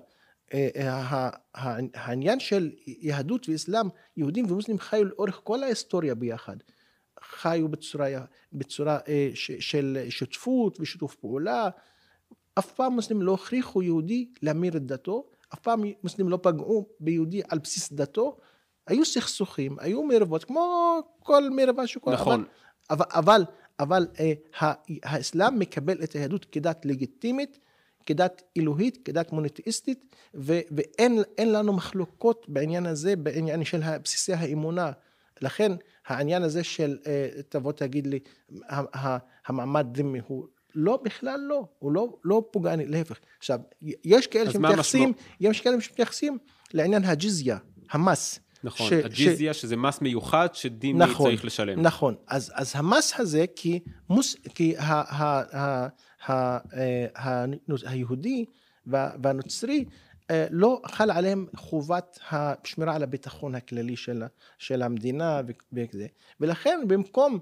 העניין של יהדות ואסלאם, יהודים ומוסלמים חיו לאורך כל ההיסטוריה ביחד, חיו בצורה, בצורה של שותפות ושיתוף פעולה. אף פעם מוסלמים לא הכריחו יהודי להמיר את דתו, אף פעם מוסלמים לא פגעו ביהודי על בסיס דתו. היו סכסוכים, היו מרבות, כמו כל מרבה שכל. נכון. אבל, אבל, אבל האסלאם מקבל את היהדות כדת לגיטימית, כדת אלוהית, כדת מונותאיסטית, ואין אין לנו מחלוקות בעניין הזה, בעניין של בסיסי האמונה. לכן העניין הזה של, תבוא תגיד לי, המעמד ذمي הוא לא, בכלל לא, הוא לא, לא פוגעני, להפך. עכשיו, יש כאלה שמתייחסים, יש כאלה שמתייחסים לעניין הג'יזיה, המס. נכון, ש, הג'יזיה ש... שזה מס מיוחד שדימי נכון, צריך לשלם. נכון, אז, אז המס הזה, כי, מוס, כי ה, ה, ה, ה, ה, היהודי והנוצרי לא חל עליהם חובת השמירה על הביטחון הכללי של, של המדינה וכזה. ולכן במקום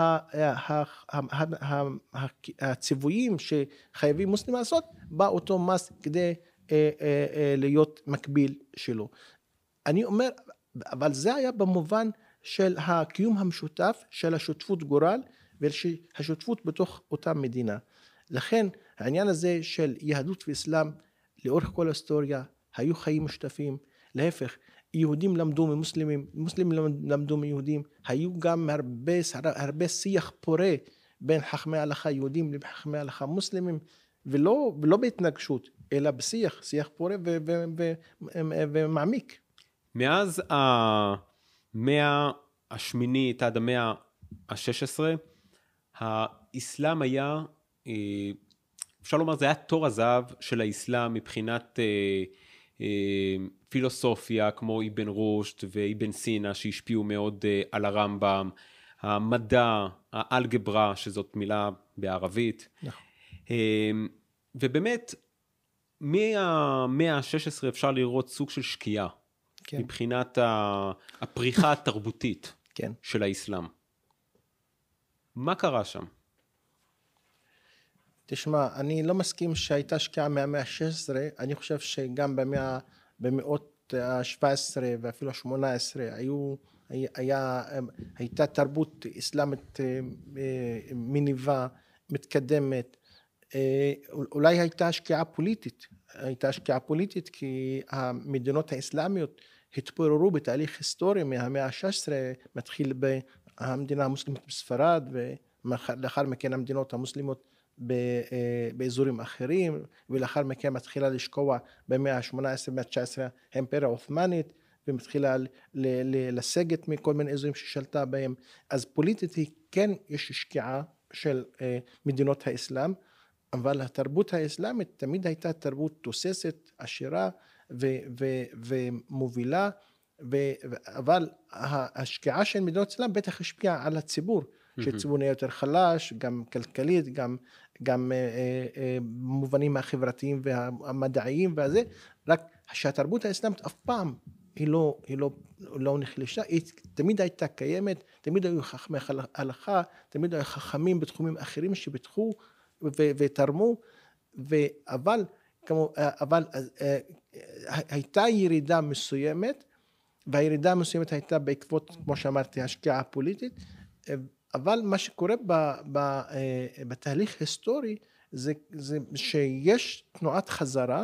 הציוויים שחייבים מוסלמים לעשות, בא אותו מס כדי להיות מקביל שלו. אני אומר, אבל זה היה במובן של הקיום המשותף, של השותפות גורל, והשותפות בתוך אותה מדינה. לכן העניין הזה של יהדות ואסלאם, לאורך כל ההיסטוריה, היו חיים משותפים. להפך, יהודים למדו ממוסלמים, מוסלמים למדו מיהודים, היו גם הרבה, הרבה שיח פורה בין חכמי ההלכה יהודים לחכמי ההלכה מוסלמים, ולא, ולא בהתנגשות, אלא בשיח, שיח פורה ו- ו- ו- ו- ומעמיק. מאז המאה השמינית עד המאה השש עשרה, האסלאם היה, אפשר לומר, זה היה תור הזהב של האסלאם מבחינת פילוסופיה כמו אבן רושד ואבן סינה שהשפיעו מאוד על הרמב"ם, המדע, האלגברה, שזאת מילה בערבית. נכון. ובאמת, מהמאה ה-שש עשרה אפשר לראות סוג של שקיעה, כן. מבחינת הפריחה התרבותית כן. של האסלאם. מה קרה שם? תשמע, אני לא מסכים שהייתה שקיעה מהמאה ה-שש עשרה, אני חושב שגם במאה, במאות ה-שבע עשרה ואפילו ה-שמונה עשרה היו, היה, הייתה תרבות אסלאמית מניבה, מתקדמת, אולי הייתה שקיעה פוליטית, הייתה שקיעה פוליטית כי המדינות האסלאמיות התפוררו בתהליך היסטורי מהמאה ה-שש עשרה, מתחיל במדינה המוסלמית בספרד ולאחר מכן המדינות המוסלמות באזורים אחרים, ולאחר מכן מתחילה לשקוע במאה ה-שמונה עשרה, במאה ה-תשע עשרה האימפריה העות'מאנית, ומתחילה לסגת מכל מיני אזורים ששלטה בהם. אז פוליטית היא כן יש שקיעה של מדינות האסלאם, אבל התרבות האסלאמית תמיד הייתה תרבות תוססת, עשירה ו- ו- ומובילה, ו- אבל השקיעה של מדינות האסלאם בטח השפיעה על הציבור, mm-hmm. שהציבור נהיה יותר חלש, גם כלכלית, גם, גם במובנים החברתיים והמדעיים והזה, רק שהתרבות האסלאמית אף פעם היא לא, היא לא, לא נחלשה, היא תמיד הייתה קיימת, תמיד היו חכמי הלכה, תמיד היו חכמים בתחומים אחרים שפיתחו ותרמו, אבל, כמו, אבל הייתה ירידה מסוימת, והירידה המסוימת הייתה בעקבות, כמו שאמרתי, השקיעה הפוליטית, אבל מה שקורה ב, ב, בתהליך היסטורי, זה, זה שיש תנועת חזרה,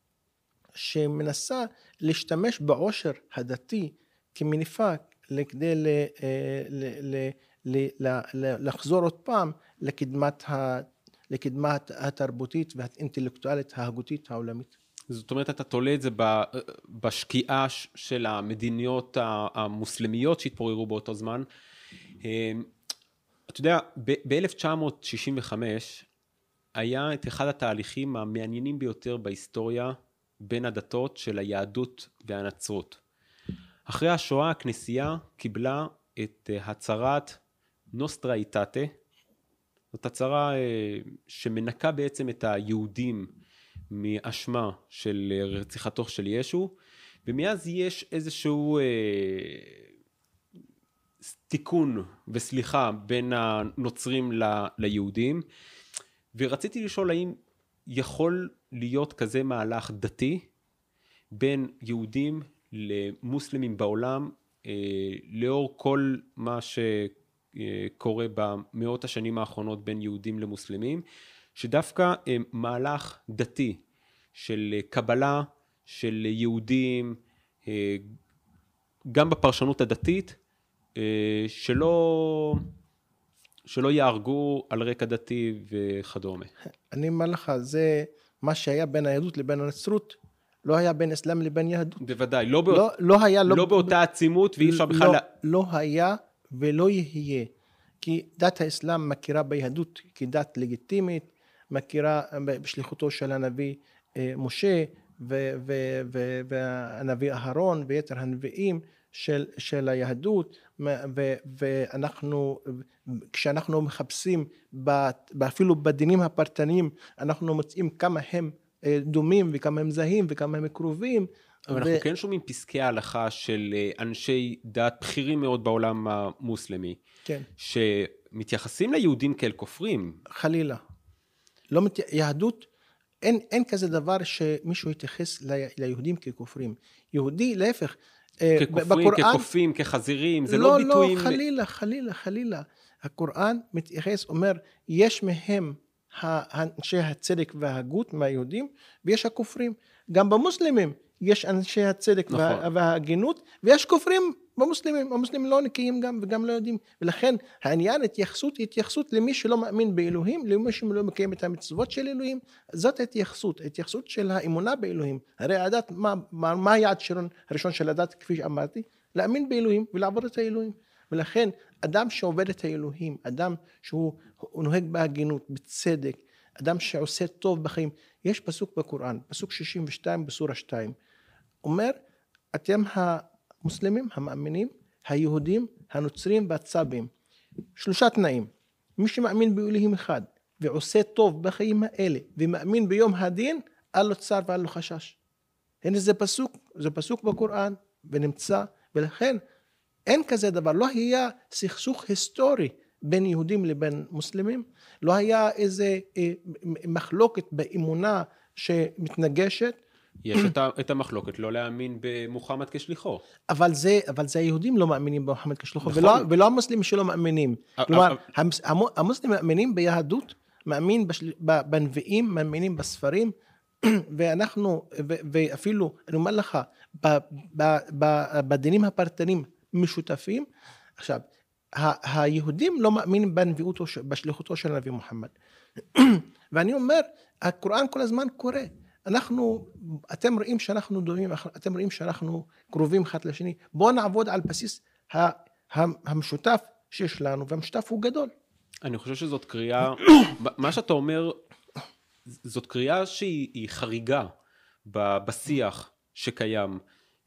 שמנסה להשתמש בעושר הדתי כמניפה, לכדי ל, ל, ל, ל, ל, לחזור עוד פעם לקדמת ה... לקדמת התרבותית והאינטלקטואלית ההגותית העולמית. זאת אומרת, אתה תולה את זה בשקיעה של המדיניות המוסלמיות שהתפוררו באותו זמן. אתה יודע, ב-אלף תשע מאות שישים וחמש היה את אחד התהליכים המעניינים ביותר בהיסטוריה בין הדתות של היהדות והנצרות. אחרי השואה הכנסייה קיבלה את הצהרת נוסטרה איטטה, זאת הצהרה שמנקה בעצם את היהודים מאשמה של רציחתו של ישו, ומאז יש איזשהו אה, תיקון וסליחה בין הנוצרים ל, ליהודים, ורציתי לשאול האם יכול להיות כזה מהלך דתי בין יהודים למוסלמים בעולם, אה, לאור כל מה ש... קורה במאות השנים האחרונות בין יהודים למוסלמים, שדווקא מהלך דתי של קבלה של יהודים, גם בפרשנות הדתית, שלא, שלא יהרגו על רקע דתי וכדומה. אני אומר לך, זה מה שהיה בין היהדות לבין הנצרות, לא היה בין אסלאם לבין יהדות. בוודאי, לא, באות... לא, לא, היה, לא, לא באותה עצימות, ואי אפשר בכלל... לא, לא היה ולא יהיה. כי דת האסלאם מכירה ביהדות כדת לגיטימית, מכירה בשליחותו של הנביא משה ו- ו- ו- והנביא אהרון ויתר הנביאים של, של היהדות, ו- ואנחנו, כשאנחנו מחפשים אפילו בדינים הפרטניים, אנחנו מוצאים כמה הם דומים וכמה הם זהים וכמה הם קרובים. אבל ו... אנחנו כן שומעים פסקי ההלכה של אנשי דת בכירים מאוד בעולם המוסלמי, כן. שמתייחסים ליהודים כאל כופרים. חלילה. לא מת... יהדות, אין, אין כזה דבר שמישהו יתייחס ל... ליהודים ככופרים. יהודי, להפך, ככופרים, בקוראן... ככופים, כחזירים, זה לא, לא ביטויים... לא, חלילה, חלילה, חלילה. הקוראן מתייחס, אומר, יש מהם אנשי הצדק וההגות מהיהודים, ויש הכופרים. גם במוסלמים יש אנשי הצדק נכון. וההגינות, ויש כופרים במוסלמים. המוסלמים לא נקיים גם וגם לא יודעים. ולכן העניין התייחסות היא התייחסות למי שלא מאמין באלוהים, למי שלא מקיים את המצוות של אלוהים. זאת התייחסות, התייחסות של האמונה באלוהים. הרי הדת, מה, מה, מה היעד הראשון של הדת, כפי שאמרתי? להאמין באלוהים ולעבוד את האלוהים. ולכן אדם שעובד את האלוהים, אדם שהוא נוהג בהגינות, בצדק, אדם שעושה טוב בחיים, יש פסוק בקוראן, פסוק שישים ושתיים בסורה שתיים, אומר, אתם המוסלמים, המאמינים, היהודים, הנוצרים והצבים. שלושה תנאים. מי שמאמין באלוהים אחד, ועושה טוב בחיים האלה, ומאמין ביום הדין, אל לו צער ואל לו חשש. הנה זה פסוק, זה פסוק בקוראן, ונמצא, ולכן אין כזה דבר, לא היה סכסוך היסטורי בין יהודים לבין מוסלמים, לא היה איזה אה, מחלוקת באמונה שמתנגשת. יש את, את המחלוקת לא להאמין במוחמד כשליחו. אבל זה, אבל זה היהודים לא מאמינים במוחמד כשליחו, נכון. ולא, ולא המוסלמים שלא מאמינים. א- כלומר, א- המוסלמים מאמינים ביהדות, מאמין בשל, בנביאים, מאמינים בספרים, ואנחנו, ו, ואפילו, אני אומר לך, ב, ב, ב, בדינים הפרטניים משותפים. עכשיו, ה, היהודים לא מאמינים בנביאותו, בשליחותו של הנביא מוחמד. ואני אומר, הקוראן כל הזמן קורא. אנחנו, אתם רואים שאנחנו דומים, אתם רואים שאנחנו קרובים אחד לשני. בואו נעבוד על בסיס המשותף שיש לנו, והמשותף הוא גדול. אני חושב שזאת קריאה, מה שאתה אומר, זאת קריאה שהיא חריגה בשיח שקיים,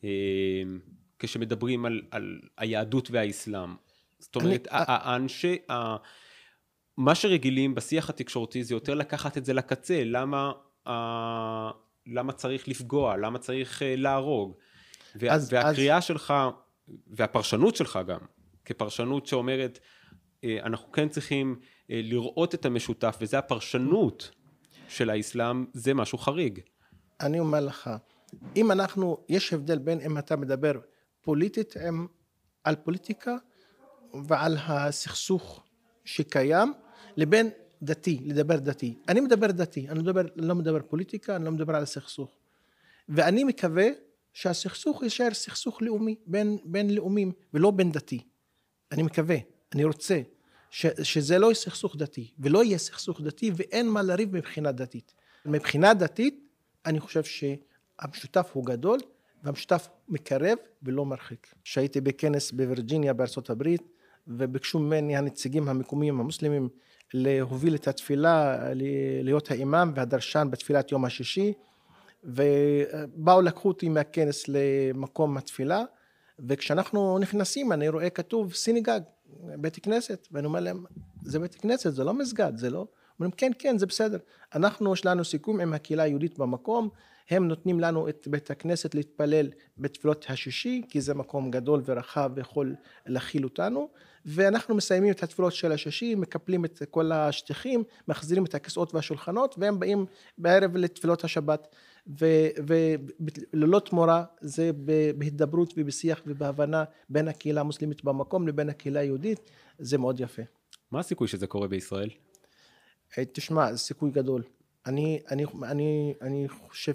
כשמדברים על, על היהדות והאסלאם. זאת אומרת, האנשי, מה שרגילים בשיח התקשורתי זה יותר לקחת את זה לקצה, למה, למה צריך לפגוע, למה צריך להרוג. אז, והקריאה אז... שלך, והפרשנות שלך גם, כפרשנות שאומרת, אנחנו כן צריכים לראות את המשותף, וזה הפרשנות של האסלאם, זה משהו חריג. אני אומר לך, אם אנחנו, יש הבדל בין אם אתה מדבר פוליטית עם, על פוליטיקה, ועל הסכסוך שקיים, לבין דתי, לדבר דתי. אני מדבר דתי, אני מדבר, לא מדבר פוליטיקה, אני לא מדבר על הסכסוך. ואני מקווה שהסכסוך יישאר סכסוך לאומי, בין, בין לאומים, ולא בין דתי. אני מקווה, אני רוצה, ש, שזה לא יהיה סכסוך דתי, ולא יהיה סכסוך דתי, ואין מה לריב מבחינה דתית. מבחינה דתית, אני חושב שהמשותף הוא גדול, והמשותף מקרב ולא מרחיק. שהייתי בכנס בווירג'יניה בארצות הברית, וביקשו ממני הנציגים המקומיים המוסלמים להוביל את התפילה, להיות האימאם והדרשן בתפילת יום השישי, ובאו לקחו אותי מהכנס למקום התפילה, וכשאנחנו נכנסים אני רואה כתוב סינגג, בית כנסת, ואני אומר להם, זה בית כנסת, זה לא מסגד, זה לא? אומרים, כן, כן, זה בסדר. אנחנו, יש לנו סיכום עם הקהילה היהודית במקום, הם נותנים לנו את בית הכנסת להתפלל בתפילות השישי, כי זה מקום גדול ורחב ויכול להכיל אותנו, ואנחנו מסיימים את התפילות של השישי, מקפלים את כל השטיחים, מחזירים את הכיסאות והשולחנות, והם באים בערב לתפילות השבת, וללא תמורה, זה בהתדברות ובשיח ובהבנה בין הקהילה המוסלמית במקום לבין הקהילה היהודית, זה מאוד יפה. מה הסיכוי שזה קורה בישראל? תשמע, זה סיכוי גדול. אני, אני, אני, אני חושב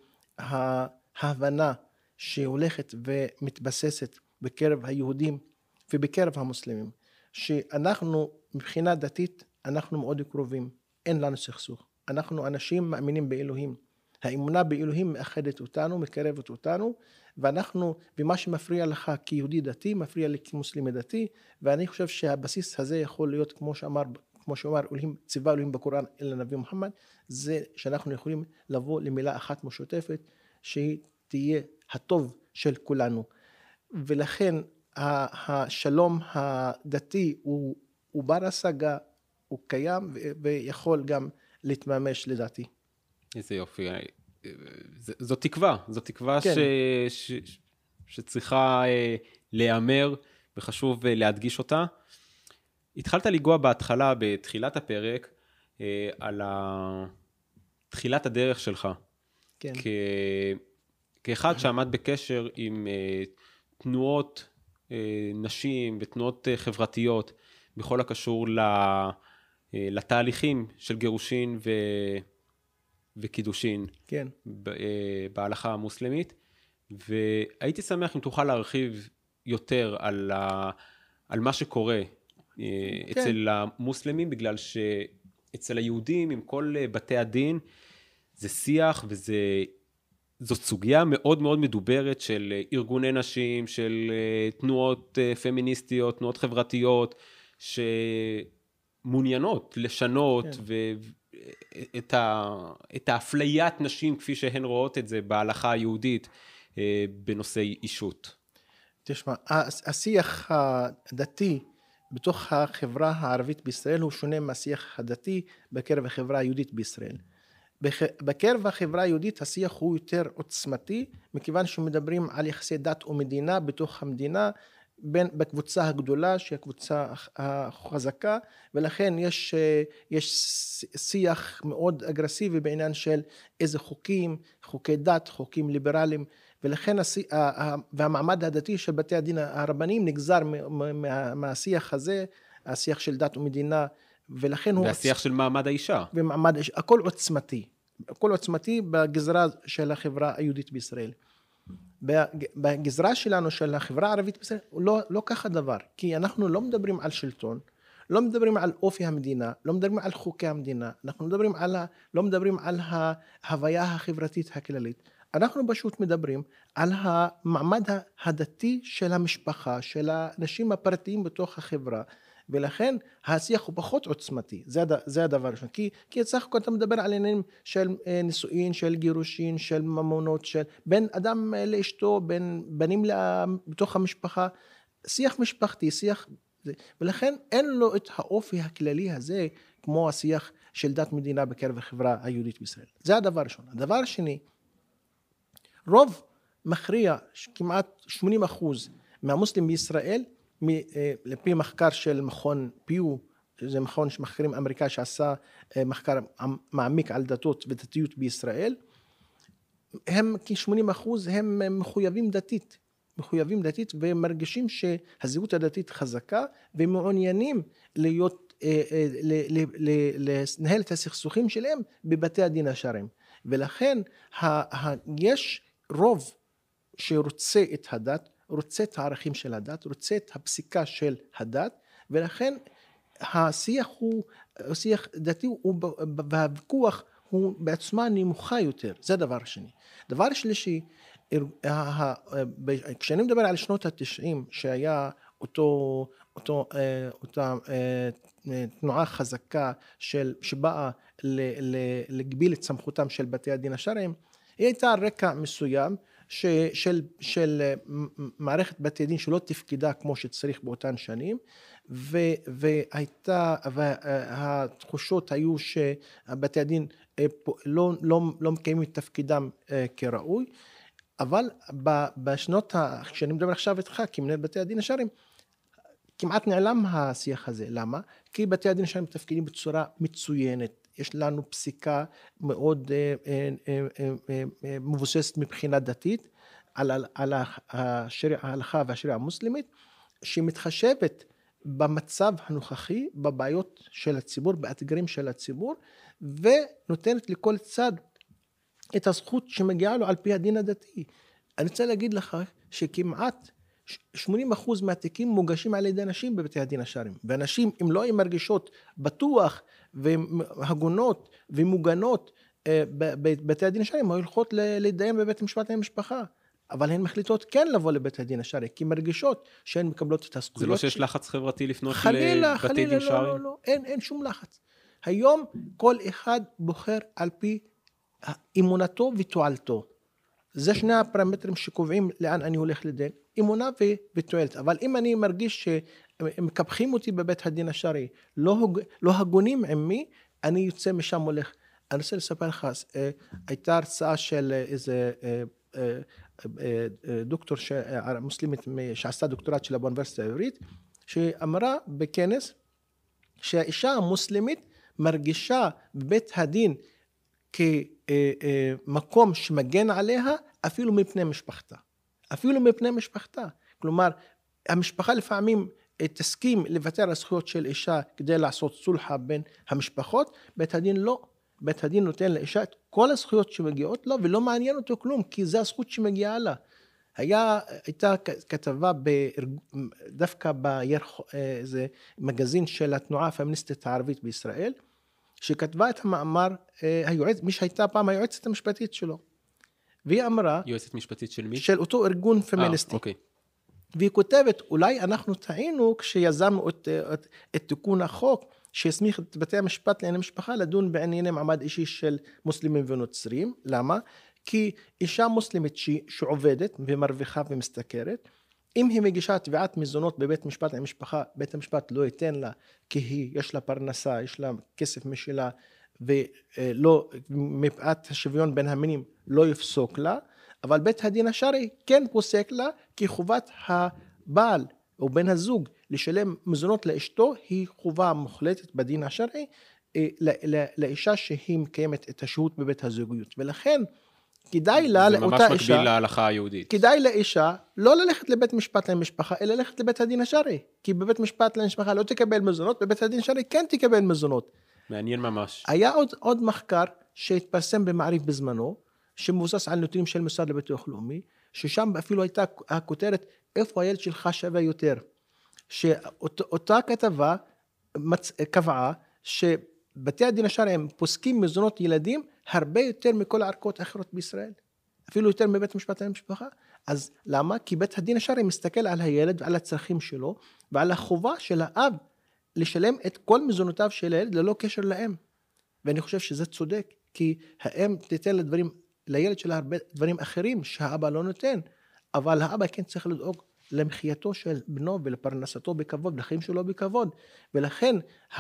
שההבנה שהולכת ומתבססת בקרב היהודים ובקרב המוסלמים, שאנחנו מבחינה דתית, אנחנו מאוד קרובים, אין לנו סכסוך. אנחנו אנשים מאמינים באלוהים. האמונה באלוהים מאחדת אותנו, מקרבת אותנו, ואנחנו, ומה שמפריע לך כיהודי דתי, מפריע לי כמוסלמי דתי, ואני חושב שהבסיס הזה יכול להיות כמו שאמר, כמו שאומר אלוהים, ציווה אלוהים בקוראן אל הנביא מוחמד, זה שאנחנו יכולים לבוא למילה אחת משותפת, שהיא תהיה הטוב של כולנו. ולכן השלום הדתי הוא, הוא בר השגה, הוא קיים ויכול גם להתממש לדעתי. איזה יופי, זו תקווה, זו תקווה כן. ש, ש, שצריכה להיאמר וחשוב להדגיש אותה. התחלת לגוע בהתחלה, בתחילת הפרק, על תחילת הדרך שלך. כן. כ, כאחד שעמד בקשר עם תנועות נשים ותנועות חברתיות, בכל הקשור לתהליכים של גירושין ו... וקידושין, כן. בהלכה המוסלמית, והייתי שמח אם תוכל להרחיב יותר על, ה, על מה שקורה כן. אצל המוסלמים, בגלל שאצל היהודים עם כל בתי הדין, זה שיח וזה, זאת סוגיה מאוד מאוד מדוברת של ארגוני נשים, של תנועות פמיניסטיות, תנועות חברתיות, שמעוניינות לשנות כן. ו... את, ה, את האפליית נשים כפי שהן רואות את זה בהלכה היהודית, בנושאי אישות? תשמע, השיח הדתי בתוך החברה הערבית בישראל הוא שונה מהשיח הדתי בקרב החברה היהודית בישראל. בקרב החברה היהודית השיח הוא יותר עוצמתי, מכיוון שמדברים על יחסי דת ומדינה בתוך המדינה, בין בקבוצה הגדולה שהיא הקבוצה החזקה, ולכן יש, יש שיח מאוד אגרסיבי בעניין של איזה חוקים, חוקי דת, חוקים ליברליים, ולכן והמעמד הדתי של בתי הדין הרבניים נגזר מהשיח הזה, השיח של דת ומדינה, ולכן הוא... והשיח של מעמד האישה. ומעמד האישה, הכל עוצמתי, הכל עוצמתי בגזרה של החברה היהודית בישראל. בגזרה שלנו של החברה הערבית בישראל, לא, לא ככה דבר, כי אנחנו לא מדברים על שלטון, לא מדברים על אופי המדינה, לא מדברים על חוקי המדינה, אנחנו מדברים על ה, לא מדברים על ההוויה החברתית הכללית, אנחנו פשוט מדברים על המעמד הדתי של המשפחה, של האנשים הפרטיים בתוך החברה, ולכן השיח הוא פחות עוצמתי, זה, זה הדבר ראשון, כי, כי סך הכל אתה מדבר על עניינים של נישואין, של גירושין, של ממונות, של בין אדם לאשתו, בין בנים בתוך המשפחה, שיח משפחתי, שיח, ולכן אין לו את האופי הכללי הזה, כמו השיח של דת מדינה בקרב החברה היהודית בישראל. זה הדבר הראשון. הדבר השני, רוב מכריע, כמעט שמונים אחוז מהמוסלמים בישראל, לפי מחקר של מכון פיו, זה מכון מחקרים אמריקאי שעשה מחקר מעמיק על דתות ודתיות בישראל, הם כ-שמונים אחוז הם מחויבים דתית, מחויבים דתית ומרגישים שהזהות הדתית חזקה ומעוניינים להיות, לנהל את הסכסוכים שלהם בבתי הדין השרעיים. ולכן יש רוב שרוצה את הדת, רוצה את הערכים של הדת, רוצה את הפסיקה של הדת, ולכן השיח הוא, השיח דתי והוויכוח הוא בעצמה נמוכה יותר, זה דבר שני. דבר שלישי, כשאני מדבר על שנות התשעים, שהיה אותו, אותו, אותה תנועה חזקה של, שבאה להגביל את סמכותם של בתי הדין השרעיים, היא הייתה על רקע מסוים, של, של מערכת בתי דין שלא תפקידה כמו שצריך באותן שנים, ו, והייתה, והתחושות היו שבתי הדין לא, לא, לא מקיימים את תפקידם כראוי, אבל בשנות, כשאני מדבר עכשיו איתך כמנהל בתי הדין השרעיים, כמעט נעלם השיח הזה. למה? כי בתי הדין השרעיים מתפקידים בצורה מצוינת, יש לנו פסיקה מאוד מבוססת מבחינה דתית על, על ההלכה והשריעה המוסלמית, שמתחשבת במצב הנוכחי, בבעיות של הציבור, באתגרים של הציבור, ונותנת לכל צד את הזכות שמגיעה לו על פי הדין הדתי. אני רוצה להגיד לך שכמעט שמונים אחוז מהתיקים מוגשים על ידי נשים בבתי הדין השרעיים, ואנשים אם לא הן מרגישות בטוח והגונות ומוגנות בבתי הדין השרעיים, הן הולכות להתדיין בבית המשפט למשפחה, אבל הן מחליטות כן לבוא לבית הדין השרעי, כי מרגישות שהן מקבלות את הזכויות. זה לא שיש לחץ חברתי לפנות חלילה, לבתי חלילה, דין שרעיים? לא, לא, לא, אין, אין שום לחץ. היום כל אחד בוחר על פי אמונתו ותועלתו. זה שני הפרמטרים שקובעים לאן אני הולך לדין, אמונה ותועלת. אבל אם אני מרגיש שמקפחים אותי בבית הדין השרעי, לא, לא הגונים עמי, אני יוצא משם הולך. אני רוצה לספר לך, הייתה הרצאה של איזה דוקטור מוסלמית שעשתה דוקטורט שלה באוניברסיטה העברית, שאמרה בכנס שהאישה המוסלמית מרגישה בבית הדין כמקום שמגן עליה אפילו מפני משפחתה. אפילו מפני משפחתה. כלומר, המשפחה לפעמים תסכים לוותר על הזכויות של אישה כדי לעשות סולחה בין המשפחות, בית הדין לא. בית הדין נותן לאישה את כל הזכויות שמגיעות לו, ולא מעניין אותו כלום, כי זה הזכות שמגיעה לה. היה, הייתה כתבה דווקא באיזה מגזין של התנועה הפמיניסטית הערבית בישראל, שכתבה את המאמר, היועץ, מי שהייתה פעם היועצת המשפטית שלו. והיא אמרה... יועצת משפטית של מי? של אותו ארגון פמיניסטי. אה, אוקיי. והיא כותבת, אולי אנחנו טעינו כשיזמנו את, את, את תיקון החוק, שהסמיך את בתי המשפט לענייני משפחה לדון בענייני מעמד אישי של מוסלמים ונוצרים. למה? כי אישה מוסלמית ש... שעובדת ומרוויחה ומשתכרת, אם היא מגישה תביעת מזונות בבית משפט המשפחה, בית המשפט לא ייתן לה, כי היא, יש לה פרנסה, יש לה כסף משלה, ולא, מפאת השוויון בין המינים, לא יפסוק לה, אבל בית הדין השרעי כן פוסק לה, כי חובת הבעל או בן הזוג לשלם מזונות לאשתו, היא חובה מוחלטת בדין השרעי, לאישה שהיא מקיימת את השהות בבית הזוגיות. ולכן, כדאי לה, לאותה אישה, זה ממש מקביל להלכה היהודית. כדאי לאישה לא ללכת לבית משפט למשפחה, אלא ללכת לבית הדין השרעי. כי בבית משפט למשפחה לא תקבל מזונות, בבית הדין השרעי כן תקבל מזונות. מעניין ממש. היה עוד, עוד מחקר שהתפרסם במעריב בזמנו, שמבוסס על נתונים של משרד לביטוח לאומי, ששם אפילו הייתה הכותרת, איפה הילד שלך שווה יותר. שאותה כתבה מצ... קבעה שבתי הדין השרעיים פוסקים מזונות ילדים הרבה יותר מכל הערכאות האחרות בישראל. אפילו יותר מבית המשפט למשפחה. אז למה? כי בית הדין השרעי מסתכל על הילד ועל הצרכים שלו, ועל החובה של האב לשלם את כל מזונותיו של הילד ללא קשר לאם. ואני חושב שזה צודק, כי האם תיתן לדברים, לילד שלה הרבה דברים אחרים שהאבא לא נותן, אבל האבא כן צריך לדאוג למחייתו של בנו ולפרנסתו בכבוד, לחיים שלו בכבוד. ולכן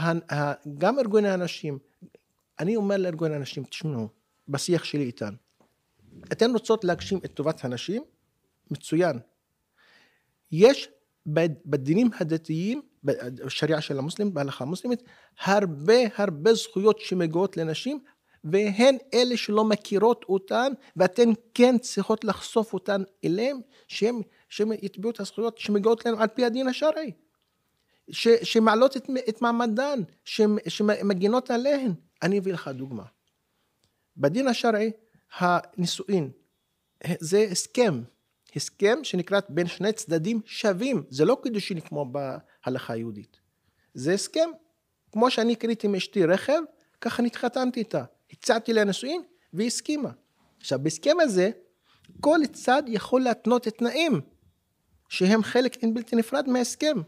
גם ארגוני האנשים, אני אומר לארגוני האנשים, תשמעו, בשיח שלי איתן, אתן רוצות להגשים את טובת הנשים? מצוין. יש בדינים הדתיים, בשריעה של המוסלמים, בהלכה המוסלמית, הרבה הרבה זכויות שמגיעות לנשים, והן אלה שלא מכירות אותן, ואתן כן צריכות לחשוף אותן אליהם, שהם, שהם יתביעו את הזכויות שמגיעות לנו על פי הדין השרעי, ש, שמעלות את, את מעמדן, שמגינות עליהן. אני אביא לך דוגמה. בדין השרעי, הנישואין, זה הסכם, הסכם שנקרא בין שני צדדים שווים, זה לא קידושין כמו בהלכה היהודית. זה הסכם, כמו שאני קניתי מאשתי רכב, ככה נתחתנתי איתה. הצעתי לה נישואין והיא הסכימה. עכשיו, בהסכם הזה, כל צד יכול להתנות את תנאים, שהם חלק אין בלתי נפרד מההסכם.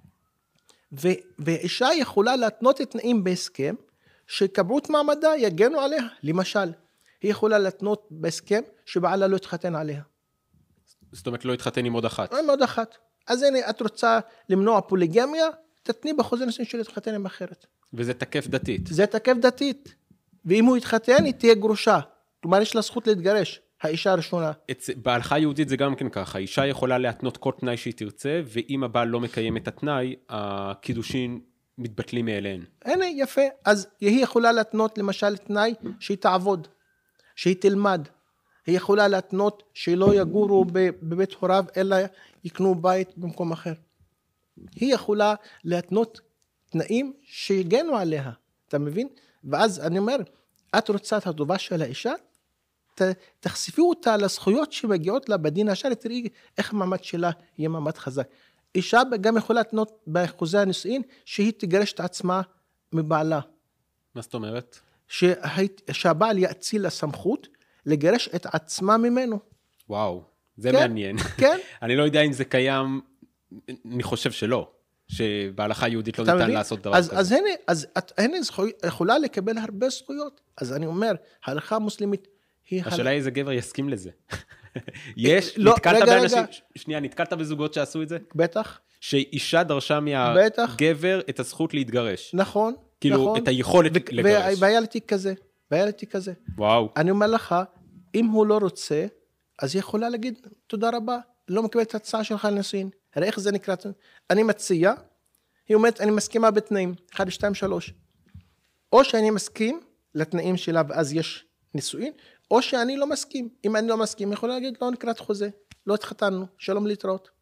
ואישה יכולה להתנות את תנאים בהסכם, שקבעו את מעמדה, יגנו עליה. למשל, היא יכולה להתנות בהסכם שבעלה לא יתחתן עליה. זאת אומרת, לא יתחתן עם עוד אחת. עם עוד אחת. אז הנה, את רוצה למנוע פוליגמיה, תתני בחוזה נישואין של להתחתן עם אחרת. וזה תקף דתית. זה תקף דתית. ואם הוא יתחתן, היא תהיה גרושה. כלומר, יש לה זכות להתגרש, האישה הראשונה. בהלכה היהודית זה גם כן ככה. האישה יכולה להתנות כל תנאי שהיא תרצה, ואם הבעל לא מקיים את התנאי, הקידושין מתבטלים מאליהן. הנה, יפה. אז היא יכולה להתנות, למשל, תנאי שהיא תעבוד, שהיא תלמד. היא יכולה להתנות שלא יגורו בבית הוריו, אלא יקנו בית במקום אחר. היא יכולה להתנות תנאים שיגנו עליה. אתה מבין? ואז אני אומר, את רוצה את הטובה של האישה, ת, תחשפי אותה לזכויות שמגיעות לה בדין השרעי, תראי איך המעמד שלה יהיה מעמד חזק. אישה גם יכולה לתנות בחוזה הנישואין, שהיא תגרש את עצמה מבעלה. מה זאת אומרת? שה, שהבעל יאציל לסמכות, לגרש את עצמה ממנו. וואו, זה כן, מעניין. כן. אני לא יודע אם זה קיים, אני חושב שלא. שבהלכה היהודית לא ניתן מבין? לעשות דבר אז, כזה. אז הנה, אז את הנה זכו, יכולה לקבל הרבה זכויות. אז אני אומר, ההלכה המוסלמית היא... השאלה איזה גבר יסכים לזה. יש, לא, נתקלת רגע, באנשים, רגע. שנייה, נתקלת בזוגות שעשו את זה? בטח. שאישה דרשה בטח. מהגבר את הזכות להתגרש. נכון, כאילו, נכון. את היכולת ו- לגרש. והיה לי תיק כזה, והיה לי תיק כזה. וואו. אני אומר לך, אם הוא לא רוצה, אז היא יכולה להגיד, תודה רבה, לא מקבל את ההצעה שלך לנישואין. הרי איך זה נקרא? אני מציע, היא אומרת, אני מסכימה בתנאים, אחד, שתיים, שלוש. או שאני מסכים לתנאים שלה, ואז יש נישואין, או שאני לא מסכים. אם אני לא מסכים, אני יכולה להגיד, לא נקראת חוזה, לא התחתנו, שלום להתראות.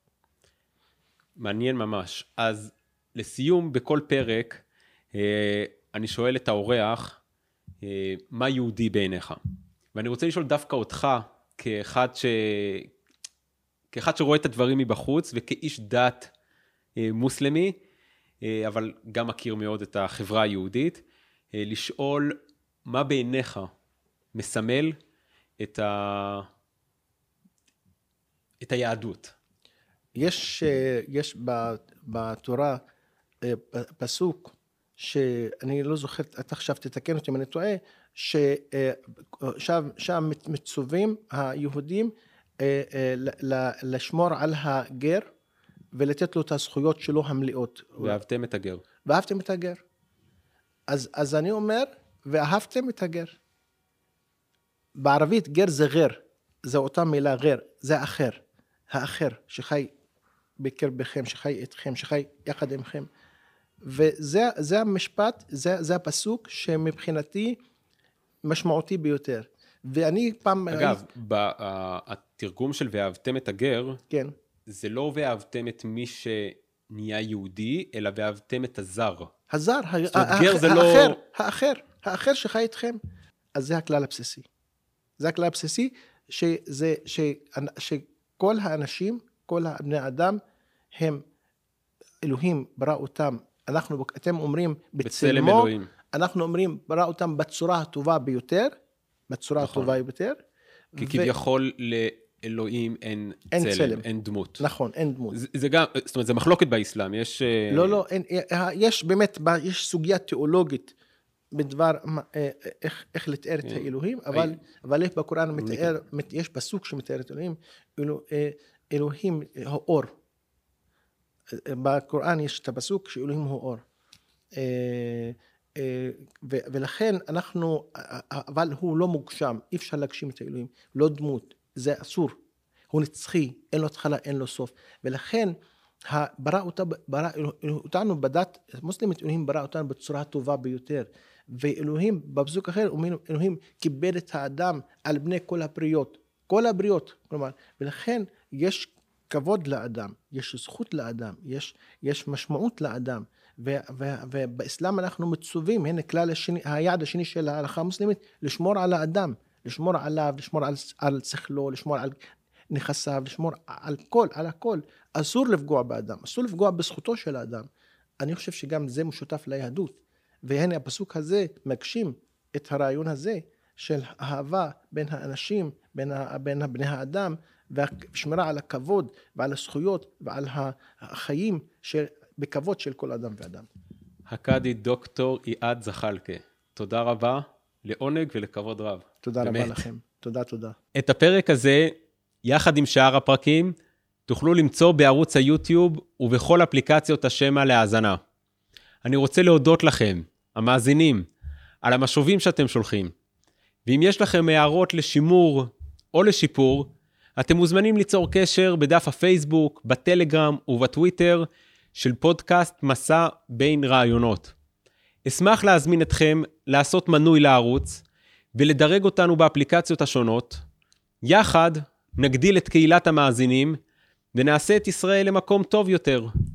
מעניין ממש. אז לסיום, בכל פרק, אה, אני שואל את האורח, אה, מה יהודי בעיניך? ואני רוצה לשאול דווקא אותך, כאחד, ש... כאחד שרואה את הדברים מבחוץ, וכאיש דת אה, מוסלמי, אה, אבל גם מכיר מאוד את החברה היהודית, אה, לשאול מה בעיניך מסמל את, ה... את היהדות. יש, יש בתורה פסוק, שאני לא זוכר, אתה עכשיו תתקן אותי אם אני טועה, ששם מצווים היהודים לשמור על הגר, ולתת לו את הזכויות שלו המלאות. ואהבתם את הגר. ואהבתם את הגר. אז, אז אני אומר, ואהבתם את הגר. בערבית גר זה גר, זה אותה מילה גר, זה אחר, האחר שחי בקרבכם, שחי איתכם, שחי יחד עמכם. וזה זה המשפט, זה, זה הפסוק שמבחינתי משמעותי ביותר. ואני פעם... אגב, התרגום של ואהבתם את הגר, כן. זה לא ואהבתם את מי שנהיה יהודי, אלא ואהבתם את הזר. הזר, זאת אומרת, גר זה לא... האחר, האחר, האחר שחי איתכם. אז זה הכלל הבסיסי. זה הכלל הבסיסי, שזה, ש, שכל האנשים, כל הבני אדם, הם אלוהים ברא אותם. אנחנו, אתם אומרים בצלמו, אנחנו אומרים ברא אותם בצורה הטובה ביותר, בצורה נכון. הטובה ביותר. כי ו... כביכול לאלוהים אין, אין צלם, צלם, אין דמות. נכון, אין דמות. זה, זה גם, זאת אומרת, זה מחלוקת באסלאם, יש... לא, לא, אין, יש באמת, יש סוגיה תיאולוגית, בדבר איך, איך לתאר את האלוהים, אבל, אבל יש בקוראן מתאר, יש פסוק שמתאר את אלוהים, אלוה, אלוהים האור. בקוראן יש את הפסוק שאלוהים הוא אור. ולכן אנחנו, אבל הוא לא מוגשם, אי אפשר להגשים את האלוהים, לא דמות, זה אסור. הוא נצחי, אין לו התחלה, אין לו סוף. ולכן, ברא אותה, ברא אותנו בדת מוסלמית, אלוהים ברא אותנו בצורה הטובה ביותר. ואלוהים, בפסוק אחר, אלוהים כיבד את האדם על בני כל הבריות, כל הבריות, כלומר, ולכן יש כבוד לאדם, יש זכות לאדם, יש, יש משמעות לאדם, ו, ו, ובאסלאם אנחנו מצווים, הנה כלל השני, היעד השני של ההלכה המוסלמית, לשמור על האדם, לשמור עליו, לשמור על, על שכלו, לשמור על נכסיו, לשמור על כל, על הכל. אסור לפגוע באדם, אסור לפגוע בזכותו של האדם. אני חושב שגם זה משותף ליהדות. והנה הפסוק הזה מגשים את הרעיון הזה של אהבה בין האנשים, בין, בין בני האדם, ושמירה על הכבוד ועל הזכויות ועל החיים של, בכבוד של כל אדם ואדם. הקאדי דוקטור איעד זחאלקה, תודה רבה, לעונג ולכבוד רב. תודה באמת. רבה לכם, תודה תודה. את הפרק הזה, יחד עם שאר הפרקים, תוכלו למצוא בערוץ היוטיוב ובכל אפליקציות השמע להאזנה. אני רוצה להודות לכם, המאזינים, על המשובים שאתם שולחים. ואם יש לכם הערות לשימור או לשיפור, אתם מוזמנים ליצור קשר בדף הפייסבוק, בטלגרם ובטוויטר של פודקאסט מסע בין רעיונות. אשמח להזמין אתכם לעשות מנוי לערוץ ולדרג אותנו באפליקציות השונות. יחד נגדיל את קהילת המאזינים ונעשה את ישראל למקום טוב יותר.